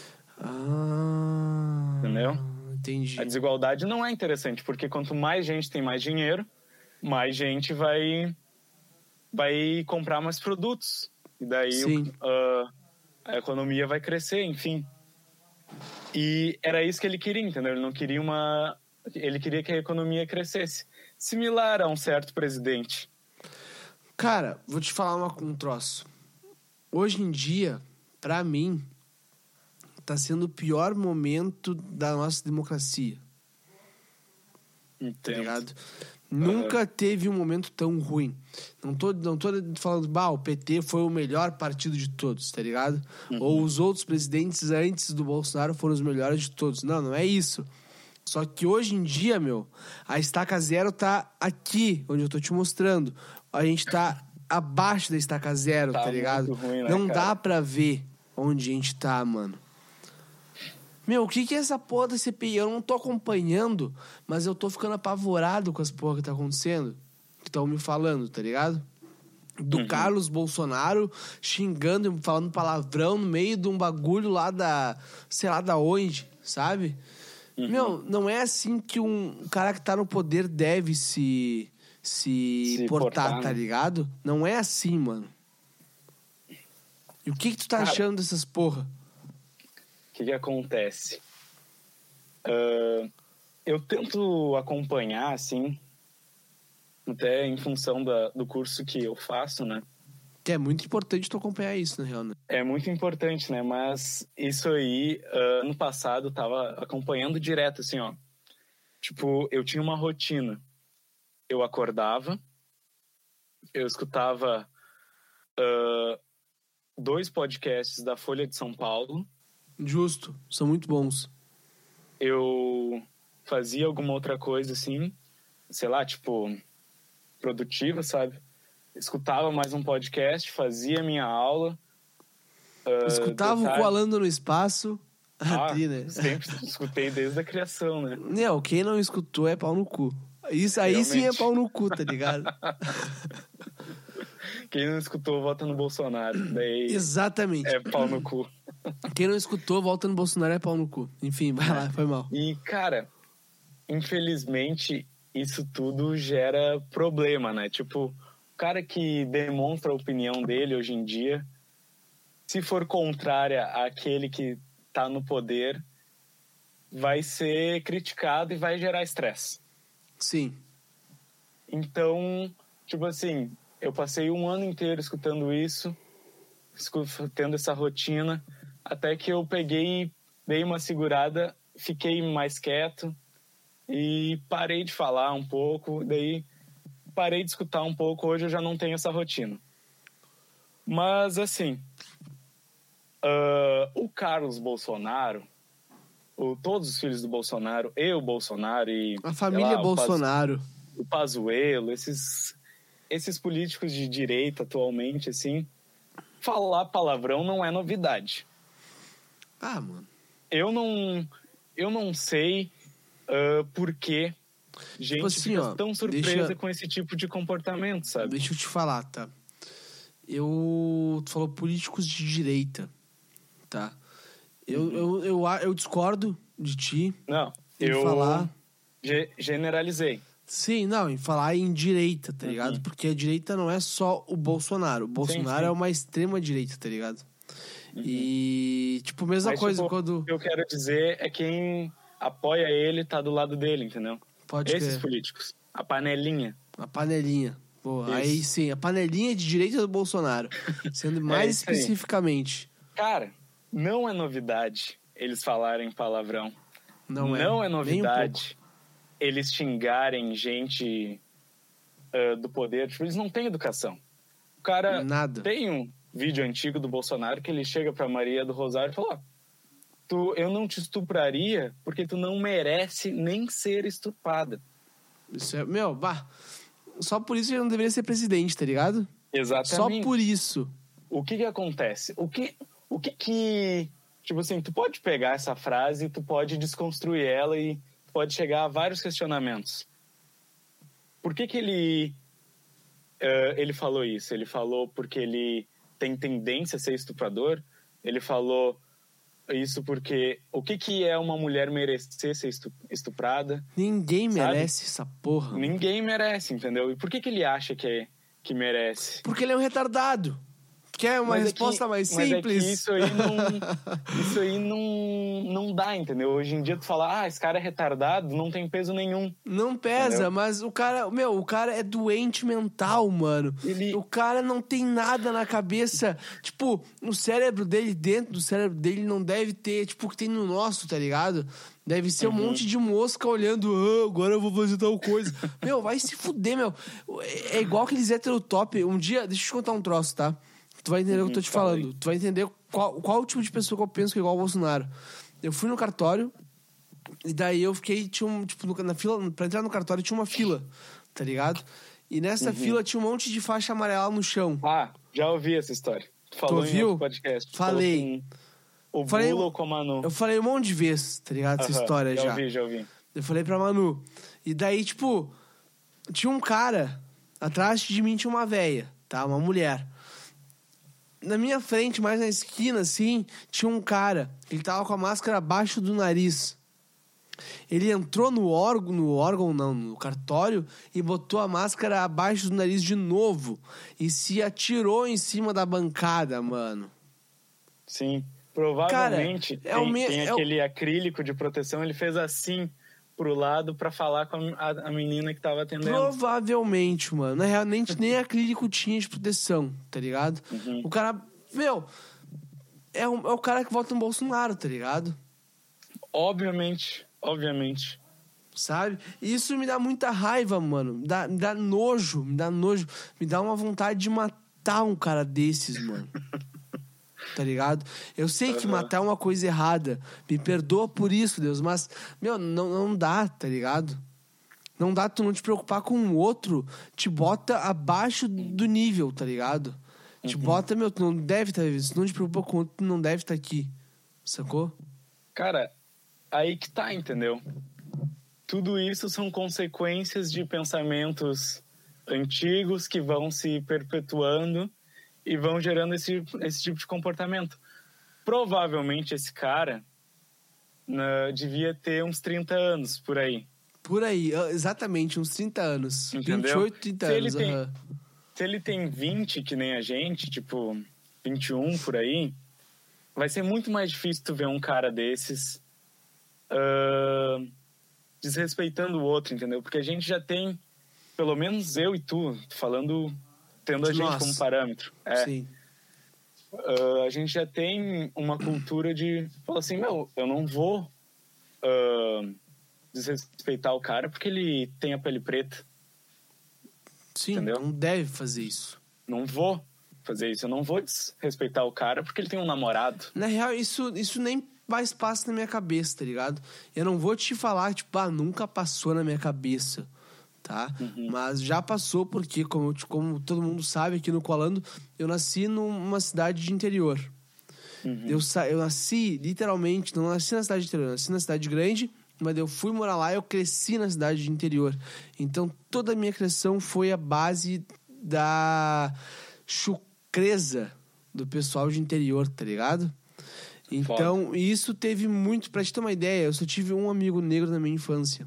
Ah, entendeu? Entendi. A desigualdade não é interessante, porque quanto mais gente tem mais dinheiro, mais gente vai, vai comprar mais produtos. E daí o, uh, a economia vai crescer, enfim. E era isso que ele queria, entendeu? Ele não queria uma... Ele queria que a economia crescesse. Similar a um certo presidente. Cara, vou te falar uma, um troço. Hoje em dia, pra mim, tá sendo o pior momento da nossa democracia. Entendo. Tá ligado? Nunca teve um momento tão ruim. Não tô, não tô falando, bah, o P T foi o melhor partido de todos, tá ligado? Uhum. Ou os outros presidentes antes do Bolsonaro foram os melhores de todos. Não, não é isso. Só que hoje em dia, meu, a estaca zero tá aqui, onde eu tô te mostrando. A gente tá abaixo da estaca zero, tá, tá ligado? Ruim, né, não cara? dá pra ver onde a gente tá, mano. Meu, o que que é essa porra da C P I? Eu não tô acompanhando, mas eu tô ficando apavorado com as porra que tá acontecendo. Que estão me falando, tá ligado? Do uhum. Carlos Bolsonaro xingando, falando palavrão no meio de um bagulho lá da... Sei lá da onde, sabe? Uhum. Meu, não é assim que um cara que tá no poder deve se... Se, se portar, portar, tá ligado? Não é assim, mano. E o que que tu tá cara, achando dessas porra? O que que acontece? Uh, eu tento acompanhar, assim, até em função da, do curso que eu faço, né? Que é muito importante tu acompanhar isso, na real, né? É muito importante, né? Mas isso aí, uh, ano passado, eu tava acompanhando direto, assim, ó. Tipo, eu tinha uma rotina. Eu acordava, eu escutava uh, dois podcasts da Folha de São Paulo. Justo, são muito bons. Eu fazia alguma outra coisa, assim, sei lá, tipo, produtiva, sabe? Escutava mais um podcast, fazia minha aula. Uh, escutava o Coalando no Espaço. Ah, Tri, né? Sempre escutei desde a criação, né? Não, quem não escutou é pau no cu. Isso aí Realmente. Sim é pau no cu, tá ligado? Quem não escutou, vota no Bolsonaro. Daí Exatamente. É pau no cu. Quem não escutou, volta no Bolsonaro é pau no cu. Enfim, vai lá, foi mal. E, cara, infelizmente, isso tudo gera problema, né? Tipo, o cara que demonstra a opinião dele hoje em dia, se for contrária àquele que tá no poder, vai ser criticado e vai gerar estresse. Sim. Então, tipo assim, eu passei um ano inteiro escutando isso, tendo essa rotina, até que eu peguei, dei uma segurada, fiquei mais quieto e parei de falar um pouco, daí parei de escutar um pouco, hoje eu já não tenho essa rotina. Mas, assim, uh, o Carlos Bolsonaro, o, todos os filhos do Bolsonaro, eu, Bolsonaro e... A família lá, Bolsonaro. O Pazuello, esses, esses políticos de direita atualmente, assim, falar palavrão não é novidade. Ah, mano. Eu não, eu não sei uh, por que gente tipo assim, fica ó, tão surpresa deixa, com esse tipo de comportamento, sabe? Deixa eu te falar, tá? Eu... Tu falou políticos de direita, tá? Eu, uhum. eu, eu, eu, eu discordo de ti. Não, eu falar... ge- generalizei. Sim, não, em falar em direita, tá ligado? Uhum. Porque a direita não é só o Bolsonaro. O Bolsonaro sim, sim. é uma extrema direita, tá ligado? Uhum. E, tipo, mesma Mas, coisa tipo, quando... O que eu quero dizer é quem apoia ele tá do lado dele, entendeu? Pode Esses crer. políticos. A panelinha. A panelinha. Pô, aí sim, a panelinha de direita do Bolsonaro. Sendo mais é especificamente. Cara, não é novidade eles falarem palavrão. Não é. Não é novidade um eles xingarem gente uh, do poder. Tipo, eles não têm educação. O cara Nada. Tem um vídeo antigo do Bolsonaro que ele chega pra Maria do Rosário e fala: ó, tu, eu não te estupraria porque tu não merece nem ser estuprada. Isso é, meu, bah, só por isso ele não deveria ser presidente, tá ligado? Exatamente. Só por isso. O que que acontece? O que, o que que... Tipo assim, tu pode pegar essa frase, tu pode desconstruir ela e pode chegar a vários questionamentos. Por que que ele uh, ele falou isso. Ele falou porque ele tem tendência a ser estuprador. Ele falou isso porque o que, que é uma mulher merecer ser estuprada? Ninguém sabe? merece essa porra. Ninguém merece, entendeu? E por que, que ele acha que, é, que merece? Porque ele é um retardado. Quer uma Mas resposta é que, mais mas simples? É que isso aí não, isso aí não, não dá, entendeu? Hoje em dia tu fala, ah, esse cara é retardado, não tem peso nenhum. Não pesa, entendeu? mas o cara, meu, o cara é doente mental, mano. Ele... O cara não tem nada na cabeça. Tipo, no cérebro dele, dentro do cérebro dele, não deve ter, tipo, o que tem no nosso, tá ligado? Deve ser uhum. um monte de mosca olhando, ah, agora eu vou fazer tal coisa. Meu, vai se fuder, meu. É igual aqueles hétero top. Um dia, deixa eu te contar um troço, tá? Tu vai entender uhum, o que eu tô te falando. Falei. Tu vai entender qual, qual o tipo de pessoa que eu penso que é igual ao Bolsonaro. Eu fui no cartório e daí eu fiquei, tinha um, tipo, na fila, pra entrar no cartório tinha uma fila, tá ligado? E nessa uhum. fila tinha um monte de faixa amarela no chão. Ah, já ouvi essa história. Tu falou tu ouviu? Em podcast. Falei. O falei, Bula com a Manu. Eu falei um monte de vezes, tá ligado? Essa uhum, história já. Já ouvi, já ouvi. Eu falei pra Manu. E daí, tipo, tinha um cara, atrás de mim tinha uma véia, tá? Uma mulher. Na minha frente, mais na esquina, assim, tinha um cara. Ele tava com a máscara abaixo do nariz. Ele entrou no órgão, no órgão não, no cartório, e botou a máscara abaixo do nariz de novo. E se atirou em cima da bancada, mano. Sim. Provavelmente cara, é tem, me... tem é aquele o... acrílico de proteção, ele fez assim pro lado pra falar com a, a menina que tava atendendo. Provavelmente, mano. Na real, nem, nem acrílico tinha de proteção, tá ligado? Uhum. O cara, meu, é, um, é o cara que vota no Bolsonaro, tá ligado? Obviamente, obviamente. Sabe? E isso me dá muita raiva, mano. Me dá, me dá nojo, me dá nojo. Me dá uma vontade de matar um cara desses, mano. Tá ligado? Eu sei que uhum. matar é uma coisa errada. Me perdoa por isso, Deus. Mas, meu, não, não dá, tá ligado? Não dá tu não te preocupar com o outro. Te bota abaixo do nível, tá ligado? Uhum. Te bota, meu, tu não deve estar vivendo. Se não te preocupa com o outro, tu não deve estar aqui. Sacou? Cara, aí que tá, entendeu? Tudo isso são consequências de pensamentos antigos que vão se perpetuando e vão gerando esse, esse tipo de comportamento. Provavelmente esse cara né, devia ter uns trinta anos, por aí. Por aí, exatamente, uns trinta anos. Entendeu? vinte e oito, trinta se anos. Ele tem, uhum. Se ele tem vinte, que nem a gente, tipo vinte e um, por aí, vai ser muito mais difícil tu ver um cara desses uh, desrespeitando o outro, entendeu? Porque a gente já tem, pelo menos eu e tu, falando... tendo a gente Nossa. como parâmetro. É. Sim. Uh, a gente já tem uma cultura de... Fala assim, meu, eu não vou uh, desrespeitar o cara porque ele tem a pele preta. Sim, entendeu? Não deve fazer isso. Não vou fazer isso. Eu não vou desrespeitar o cara porque ele tem um namorado. Na real, isso, isso nem mais passa na minha cabeça, tá ligado? Eu não vou te falar, tipo, ah, nunca passou na minha cabeça. Tá? Uhum. Mas já passou porque, como, eu, como todo mundo sabe aqui no Colando, eu nasci numa cidade de interior. Uhum. Eu, eu nasci, literalmente, não nasci na cidade de interior, eu nasci na cidade grande, mas eu fui morar lá e eu cresci na cidade de interior. Então, toda a minha criação foi a base da chucreza do pessoal de interior, tá ligado? Então, Foda. Isso teve muito... Pra te ter uma ideia, eu só tive um amigo negro na minha infância.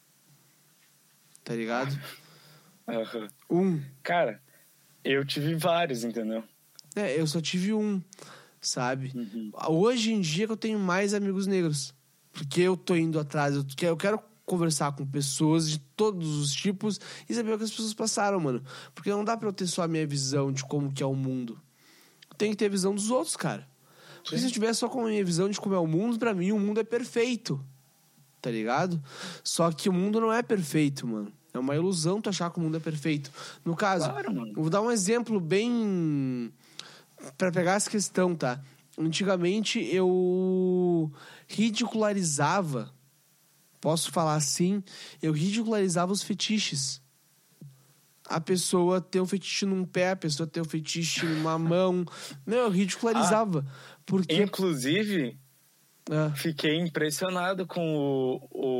Tá ligado? Uhum. Um. Cara, eu tive vários, entendeu? É, eu só tive um, sabe? Uhum. Hoje em dia que eu tenho mais amigos negros. Porque eu tô indo atrás, eu quero, eu quero conversar com pessoas de todos os tipos e saber o que as pessoas passaram, mano. Porque não dá pra eu ter só a minha visão de como que é o mundo. Tem que ter a visão dos outros, cara. Porque Sim. se eu tiver só com a minha visão de como é o mundo, pra mim o mundo é perfeito. Tá ligado? Só que o mundo não é perfeito, mano. É uma ilusão tu achar que o mundo é perfeito. No caso, claro, mano. Eu vou dar um exemplo bem... Pra pegar essa questão, tá? Antigamente eu ridicularizava, posso falar assim, eu ridicularizava os fetiches. A pessoa tem um fetiche num pé, a pessoa tem um fetiche numa mão. Não, eu ridicularizava. Ah, porque... Inclusive... É. Fiquei impressionado com o,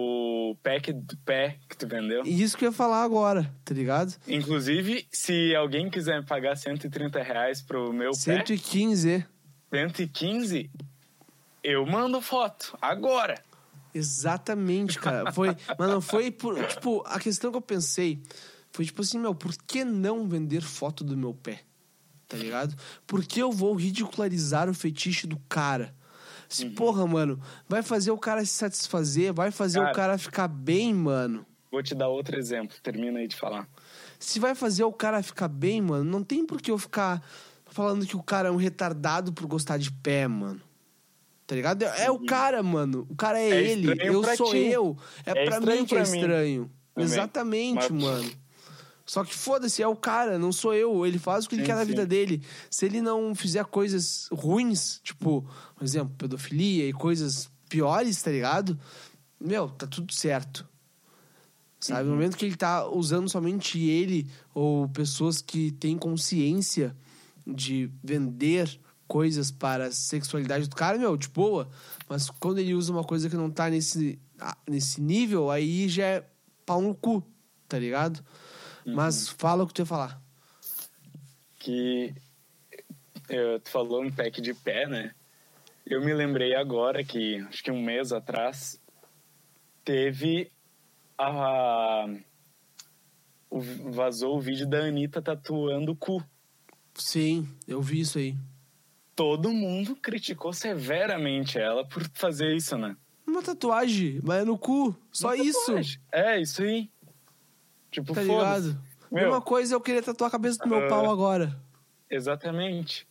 o pack do pé que tu vendeu. Isso que eu ia falar agora, tá ligado? Inclusive, se alguém quiser me pagar cento e trinta reais pro meu cento e quinze. pé, cento e quinze, eu mando foto, agora. Exatamente, cara. Foi, mano, foi por, tipo, a questão que eu pensei foi tipo assim, meu, por que não vender foto do meu pé? Tá ligado? Por que eu vou ridicularizar o fetiche do cara? Se, uhum. Porra, mano, vai fazer o cara se satisfazer, vai fazer cara, o cara ficar bem, mano. Vou te dar outro exemplo, termina aí de falar. Se vai fazer o cara ficar bem, mano, não tem por que eu ficar falando que o cara é um retardado por gostar de pé, mano. Tá ligado? É, é o cara, mano. O cara é, é ele. Eu sou ti. eu. É, é pra mim que é estranho. Mim. Exatamente, Mas... mano. Só que foda-se, é o cara, não sou eu. Ele faz o que sim, ele quer sim. na vida dele. Se ele não fizer coisas ruins, tipo, por exemplo, pedofilia e coisas piores, tá ligado? Meu, tá tudo certo. Sabe? Uhum. No momento que ele tá usando somente ele ou pessoas que têm consciência de vender coisas para a sexualidade do cara, meu, de boa. Mas quando ele usa uma coisa que não tá nesse, nesse nível, aí já é pau no cu, tá ligado? Uhum. Mas fala o que tu ia falar. Que eu, tu falou um pack de pé, né? Eu me lembrei agora que, acho que um mês atrás, teve a... O, vazou o vídeo da Anitta tatuando o cu. Sim, eu vi isso aí. Todo mundo criticou severamente ela por fazer isso, né? Uma tatuagem, mas é no cu. Só isso. É, isso aí. Tipo, tá ligado? Meu, mesma coisa eu queria tatuar a cabeça do meu uh, pau agora. Exatamente.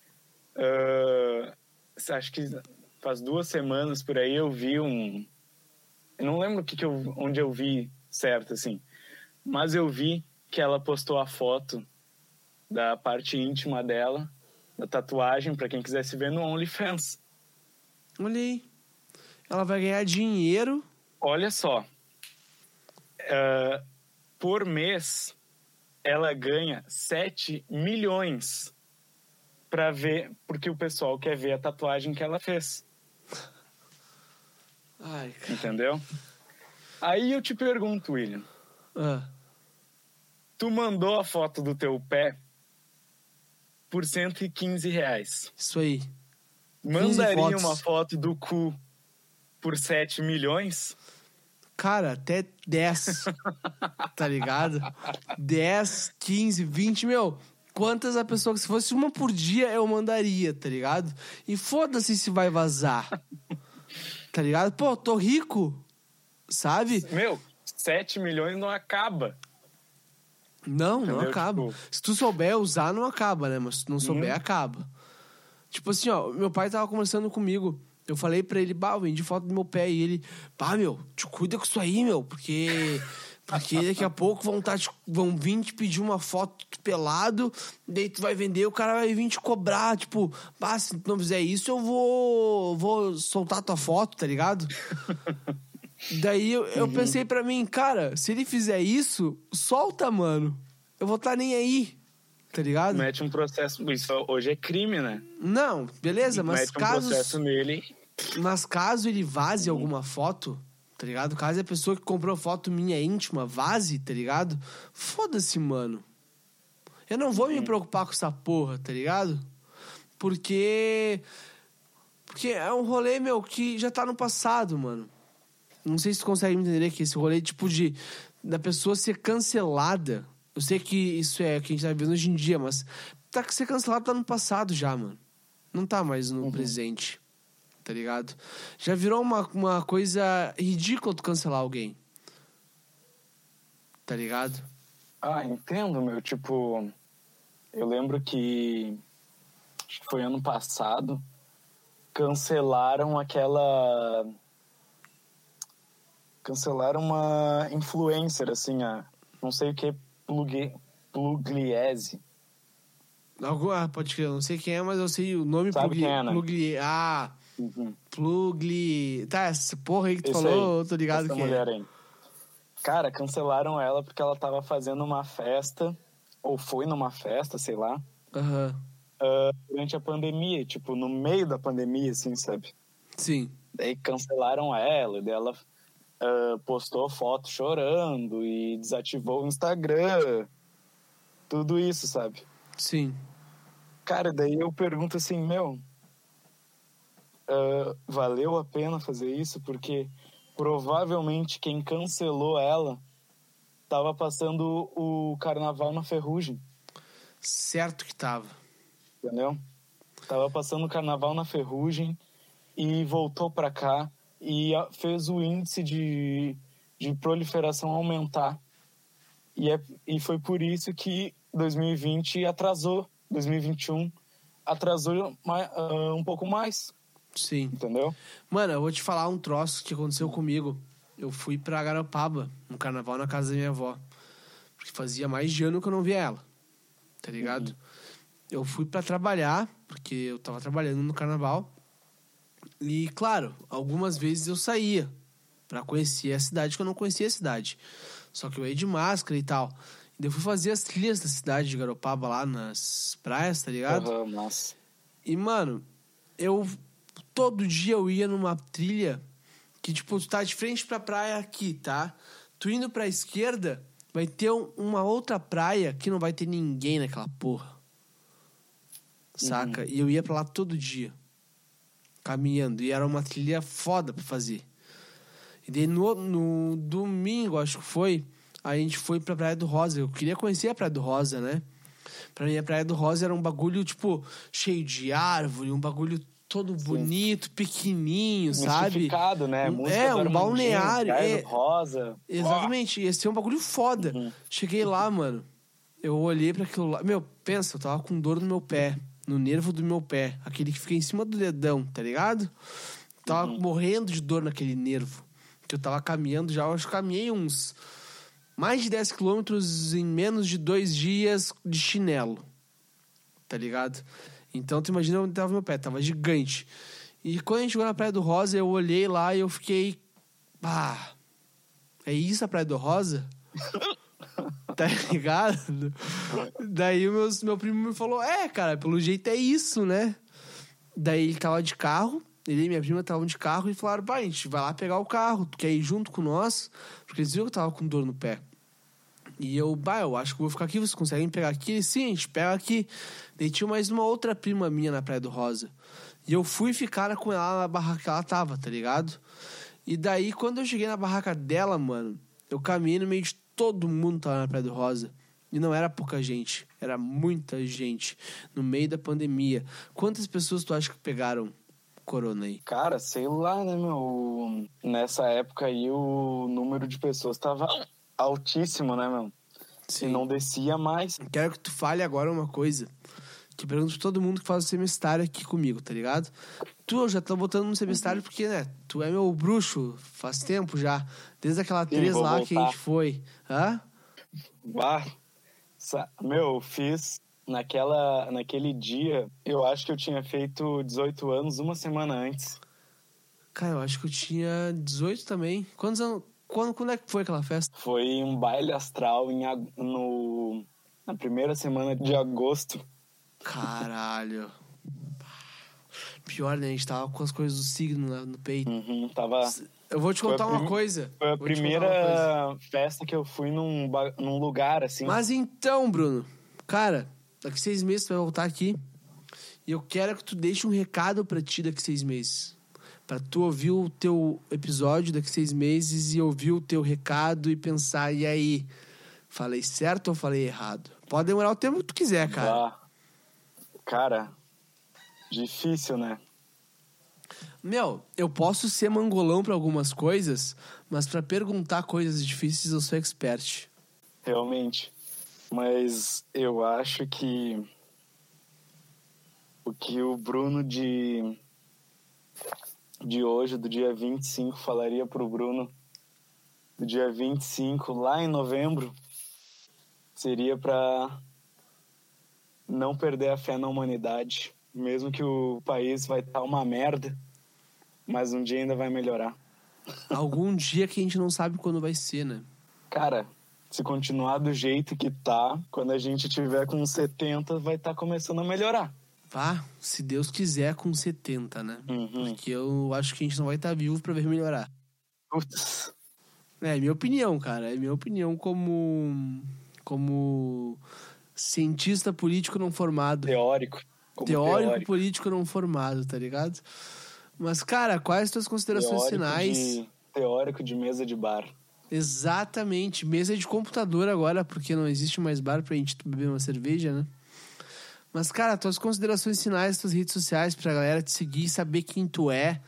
Uh, acho que faz duas semanas por aí eu vi um... Eu não lembro que que eu, onde eu vi certo, assim. Mas eu vi que ela postou a foto da parte íntima dela, da tatuagem, pra quem quisesse ver no OnlyFans. Olha aí. Ela vai ganhar dinheiro. Olha só. Uh, por mês, ela ganha sete milhões pra ver, porque o pessoal quer ver a tatuagem que ela fez. Ai, cara. Entendeu? Aí eu te pergunto, William. Ah. Tu mandou a foto do teu pé por cento e quinze reais. Isso aí. Mandaria uma foto do cu por sete milhões? Cara, até dez. Tá ligado? dez, quinze, vinte, meu. Quantas a pessoa, se fosse uma por dia, eu mandaria, tá ligado? E foda-se se vai vazar. Tá ligado? Pô, tô rico. Sabe? Meu, sete milhões não acaba. Não, Entendeu? não acaba. Tipo... Se tu souber usar, não acaba, né? Mas se tu não souber, hum. acaba. Tipo assim, ó, meu pai tava conversando comigo. Eu falei pra ele, bah, eu vendi foto do meu pé. E ele, bah, meu, te cuida com isso aí, meu. Porque, porque daqui a pouco vão, tá te, vão vir te pedir uma foto pelado. Daí tu vai vender, o cara vai vir te cobrar. Tipo, bah, se tu não fizer isso, eu vou, vou soltar tua foto, tá ligado? Daí eu, eu uhum. pensei pra mim, cara, se ele fizer isso, solta, mano. Eu vou estar tá nem aí, tá ligado? Mete um processo, isso hoje é crime, né? Não, beleza, mas Mete um caso... processo nele. Mas caso ele vaze uhum. alguma foto, tá ligado? Caso a pessoa que comprou foto minha íntima vaze, tá ligado? Foda-se, mano. Eu não vou uhum. me preocupar com essa porra, tá ligado? Porque... Porque é um rolê, meu, que já tá no passado, mano. Não sei se tu consegue me entender que esse rolê, tipo, de... Da pessoa ser cancelada. Eu sei que isso é o que a gente tá vivendo hoje em dia, mas... Tá que ser cancelado tá no passado já, mano. Não tá mais no uhum. presente. Tá ligado? Já virou uma, uma coisa ridícula tu cancelar alguém. Tá ligado? Ah, entendo, meu. Tipo... Eu lembro que... Acho que foi ano passado. Cancelaram aquela... Cancelaram uma influencer, assim, a... Não sei o que, Plug... Pugliese. Algo, ah, pode crer, eu não sei quem é, mas eu sei o nome. Sabe Plugli... quem é, né? Plugli... Ah, uhum. Plugli... Tá, essa porra aí que tu Esse falou, aí, eu tô ligado essa que mulher é. Aí. Cara, cancelaram ela porque ela tava fazendo uma festa, ou foi numa festa, sei lá, uhum. uh, durante a pandemia, tipo, no meio da pandemia, assim, sabe? Sim. Daí cancelaram ela, daí ela uh, postou foto chorando e desativou o Instagram. Tudo isso, sabe? Sim. Cara, daí eu pergunto assim, meu, uh, valeu a pena fazer isso? Porque provavelmente quem cancelou ela tava passando o carnaval na Ferrugem. Certo que tava. Entendeu? Tava passando o carnaval na Ferrugem e voltou pra cá e fez o índice de, de proliferação aumentar. E, é, e foi por isso que dois mil e vinte atrasou, dois mil e vinte e um atrasou mais, uh, um pouco mais. Sim. Entendeu? Mano, eu vou te falar um troço que aconteceu comigo. Eu fui pra Garopaba, no carnaval, na casa da minha avó. Porque fazia mais de ano que eu não via ela. Tá ligado? Uhum. Eu fui pra trabalhar, porque eu tava trabalhando no carnaval. E, claro, algumas vezes eu saía pra conhecer a cidade, que eu não conhecia a cidade. Só que eu ia de máscara e tal. E eu fui fazer as trilhas da cidade de Garopaba lá nas praias, tá ligado? Uhum, nossa. E, mano, eu... Todo dia eu ia numa trilha que, tipo, tu tá de frente pra praia aqui, tá? Tu indo pra esquerda, vai ter uma outra praia que não vai ter ninguém naquela porra. Saca? Uhum. E eu ia pra lá todo dia, caminhando. E era uma trilha foda pra fazer. E daí no, no domingo, acho que foi, a gente foi pra Praia do Rosa. Eu queria conhecer a Praia do Rosa, né? Pra mim, a Praia do Rosa era um bagulho, tipo, cheio de árvore, um bagulho todo bonito, sim, pequenininho, sabe? Né? Um, é, um balneário. É, rosa. Exatamente, ia ser um bagulho foda. Uhum. Cheguei lá, mano, eu olhei pra aquilo lá. Meu, pensa, eu tava com dor no meu pé, no nervo do meu pé, aquele que fica em cima do dedão, tá ligado? Tava uhum. morrendo de dor naquele nervo. Que eu tava caminhando já, eu acho que caminhei uns mais de dez quilômetros em menos de dois dias de chinelo, tá ligado? Então, tu imagina onde tava meu pé, tava gigante. E quando a gente chegou na Praia do Rosa, eu olhei lá e eu fiquei... Ah, é isso a Praia do Rosa? Tá ligado? Daí o meu, meu primo me falou, é, cara, pelo jeito é isso, né? Daí ele tava de carro, ele e minha prima estavam de carro e falaram, pá, a gente vai lá pegar o carro, tu quer ir junto com nós? Porque eles viram que eu tava com dor no pé. E eu, bah, eu acho que vou ficar aqui, vocês conseguem pegar aqui? Ele, sim, a gente pega aqui. Daí tinha mais uma outra prima minha na Praia do Rosa. E eu fui ficar com ela na barraca que ela tava, tá ligado? E daí, quando eu cheguei na barraca dela, mano, eu caminhei no meio de todo mundo que tava na Praia do Rosa. E não era pouca gente, era muita gente. No meio da pandemia. Quantas pessoas tu acha que pegaram corona aí? Cara, sei lá, né, meu? Nessa época aí, o número de pessoas tava... altíssimo, né, meu? Sim. E não descia mais. Quero que tu fale agora uma coisa que eu pergunto pra todo mundo que faz o semestário aqui comigo, tá ligado? Tu, eu já tô botando no semestário porque, né, tu é meu bruxo faz tempo já. Desde aquela Sim, três lá voltar. Que a gente foi. Hã? Bah, meu, eu fiz naquela, naquele dia, eu acho que eu tinha feito dezoito anos uma semana antes. Cara, eu acho que eu tinha dezoito também. Quantos anos... Quando, quando é que foi aquela festa? Foi um baile astral em, no, na primeira semana de agosto. Caralho. Pior, né? A gente tava com as coisas do signo no, no peito. Uhum, tava... Eu vou te contar prim... uma coisa. Foi a vou primeira festa que eu fui num, num lugar, assim. Mas então, Bruno, cara, daqui seis meses tu vai voltar aqui e eu quero que tu deixe um recado pra ti daqui seis meses. Pra tu ouvir o teu episódio daqui seis meses e ouvir o teu recado e pensar, e aí, falei certo ou falei errado? Pode demorar o tempo que tu quiser, cara. Ah, cara, difícil, né? Meu, eu posso ser mangolão pra algumas coisas, mas pra perguntar coisas difíceis eu sou expert. Realmente. Mas eu acho que o que o Bruno de... de hoje, do dia vinte e cinco, falaria pro Bruno do dia vinte e cinco, lá em novembro, seria pra não perder a fé na humanidade, mesmo que o país vai estar uma merda, mas um dia ainda vai melhorar. Algum dia que a gente não sabe quando vai ser, né? Cara, se continuar do jeito que tá, quando a gente tiver com setenta, vai estar começando a melhorar. Vá, se Deus quiser, com setenta, né? Uhum. Porque eu acho que a gente não vai estar vivo pra ver melhorar. Putz, É minha opinião, cara. É minha opinião como... Como cientista político não formado. Teórico. Como Teórico, teórico político não formado, tá ligado? Mas, cara, quais as tuas considerações teórico finais? De, teórico de mesa de bar. Exatamente. Mesa de computador agora, porque não existe mais bar pra gente beber uma cerveja, né? Mas, cara, tuas considerações finais, tuas redes sociais pra galera te seguir e saber quem tu é.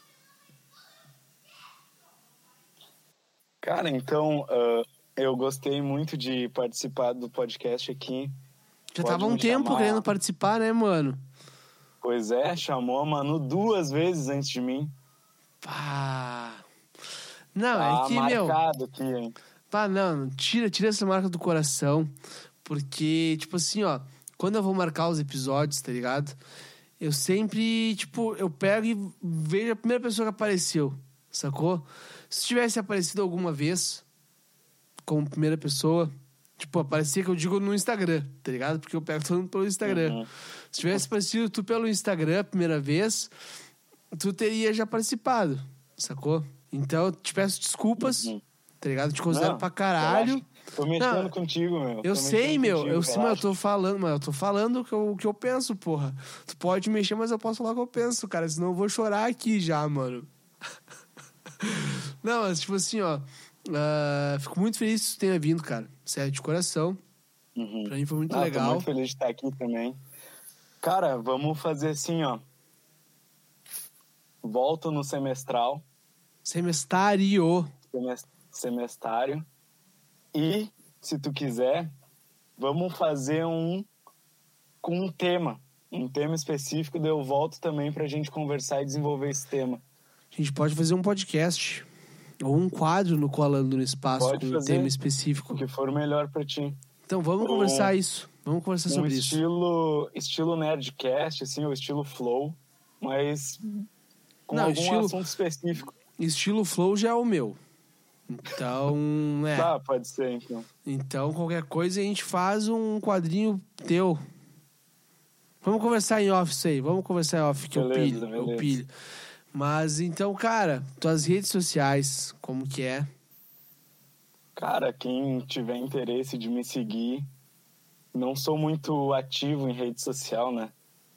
Cara, então, uh, eu gostei muito de participar do podcast aqui. Já Pode tava um me tempo chamar. querendo participar, né, mano? Pois é, chamou a Manu duas vezes antes de mim. Pá. Não, Tá é que, meu... marcado aqui, hein? Pá, não, tira, tira essa marca do coração. Porque, tipo assim, ó... Quando eu vou marcar os episódios, tá ligado? Eu sempre, tipo... Eu pego e vejo a primeira pessoa que apareceu. Sacou? Se tivesse aparecido alguma vez... Como primeira pessoa... Tipo, aparecia que eu digo no Instagram, tá ligado? Porque eu pego todo mundo pelo Instagram. Uhum. Se tivesse aparecido tu pelo Instagram a primeira vez... Tu teria já participado, sacou? Então, eu te peço desculpas, uhum. tá ligado? Te considero não, pra caralho. Tô mexendo não, contigo, meu. Eu tô sei, meu. Contigo, eu sei, mas eu tô falando, mas eu tô falando o que eu, o que eu penso, porra. Tu pode mexer, mas eu posso falar o que eu penso, cara. Senão eu vou chorar aqui já, mano. Não, mas tipo assim, ó. Uh, fico muito feliz que tu tenha vindo, cara. Sério, de coração. Uhum. Pra mim foi muito ah, legal. Tô muito feliz de estar aqui também. Cara, vamos fazer assim, ó. Volto no semestral. Semestário. Semestário. E, se tu quiser, vamos fazer um com um tema. Um tema específico, daí eu volto também pra gente conversar e desenvolver esse tema. A gente pode fazer um podcast. Ou um quadro no Colando no Espaço pode com fazer um tema específico. O que for melhor pra ti. Então vamos um, conversar isso. Vamos conversar um sobre estilo, isso. Estilo Nerdcast, assim, ou estilo Flow, mas com Não, algum estilo, assunto específico. Estilo Flow já é o meu. Então, é. Tá, pode ser, então. Então, qualquer coisa a gente faz um quadrinho teu. Vamos conversar em off isso aí. Vamos conversar em off, que beleza, eu pilho. Beleza. Eu pilho. Mas, então, cara, tuas redes sociais, como que é? Cara, quem tiver interesse de me seguir, não sou muito ativo em rede social, né?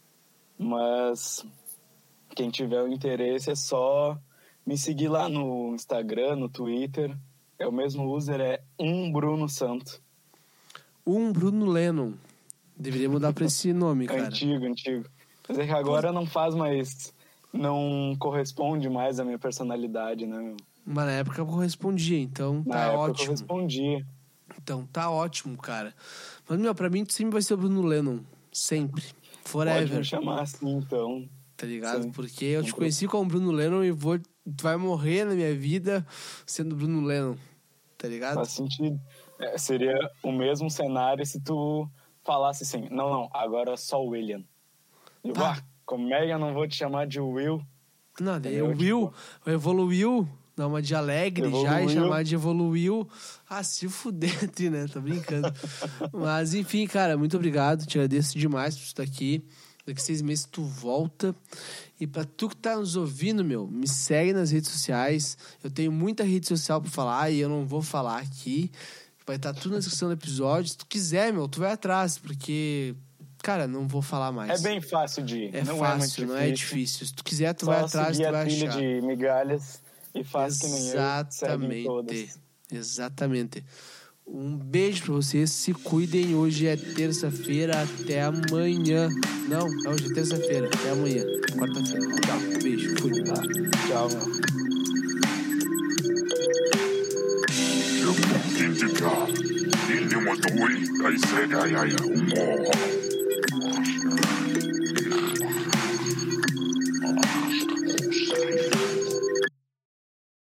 Mas quem tiver o interesse é só me seguir lá no Instagram, no Twitter. É o mesmo user, é um Bruno Santo. Um Bruno Lennon. Deveria mudar pra esse nome, cara. Antigo, antigo. Mas é que agora não faz mais... Não corresponde mais à minha personalidade, né, meu? Mas na época eu correspondia, então na tá época ótimo. Eu correspondia. Então tá ótimo, cara. Mas, meu, pra mim tu sempre vai ser o Bruno Lennon. Sempre. Forever. Pode me chamar assim, então. Tá ligado? Sim. Porque eu te conheci como Bruno Lennon e vou... tu vai morrer na minha vida sendo Bruno Lennon. Tá ligado? Faz sentido. É, seria o mesmo cenário se tu falasse assim, não, não, agora só o William. E, tá. ah, como é que eu não vou te chamar de Will? Não, daí o Will, tipo... evoluiu, dá uma de alegre evoluiu. Já e chamar de evoluiu. Ah, se fuder, né? Tô brincando. Mas, enfim, cara, muito obrigado. Te agradeço demais por estar aqui. Daqui seis meses tu volta. E pra tu que tá nos ouvindo, meu, me segue nas redes sociais. Eu tenho muita rede social pra falar e eu não vou falar aqui. Vai estar tudo na descrição do episódio. Se tu quiser, meu, tu vai atrás, porque... Cara, não vou falar mais. É bem fácil de ir. É não fácil, é não é difícil. Se tu quiser, tu Só vai atrás, tu vai a trilha achar. de migalhas e faz Exatamente. que nem eu. Todas. Exatamente. Um beijo pra vocês. Se cuidem. Hoje é terça-feira. Até amanhã. Não, hoje é terça-feira. Até amanhã. Quarta-feira. Tchau. Beijo. Fui. Tá. Tchau, meu. Indica, ele matou ele, aí segue, aí, aí, um morro.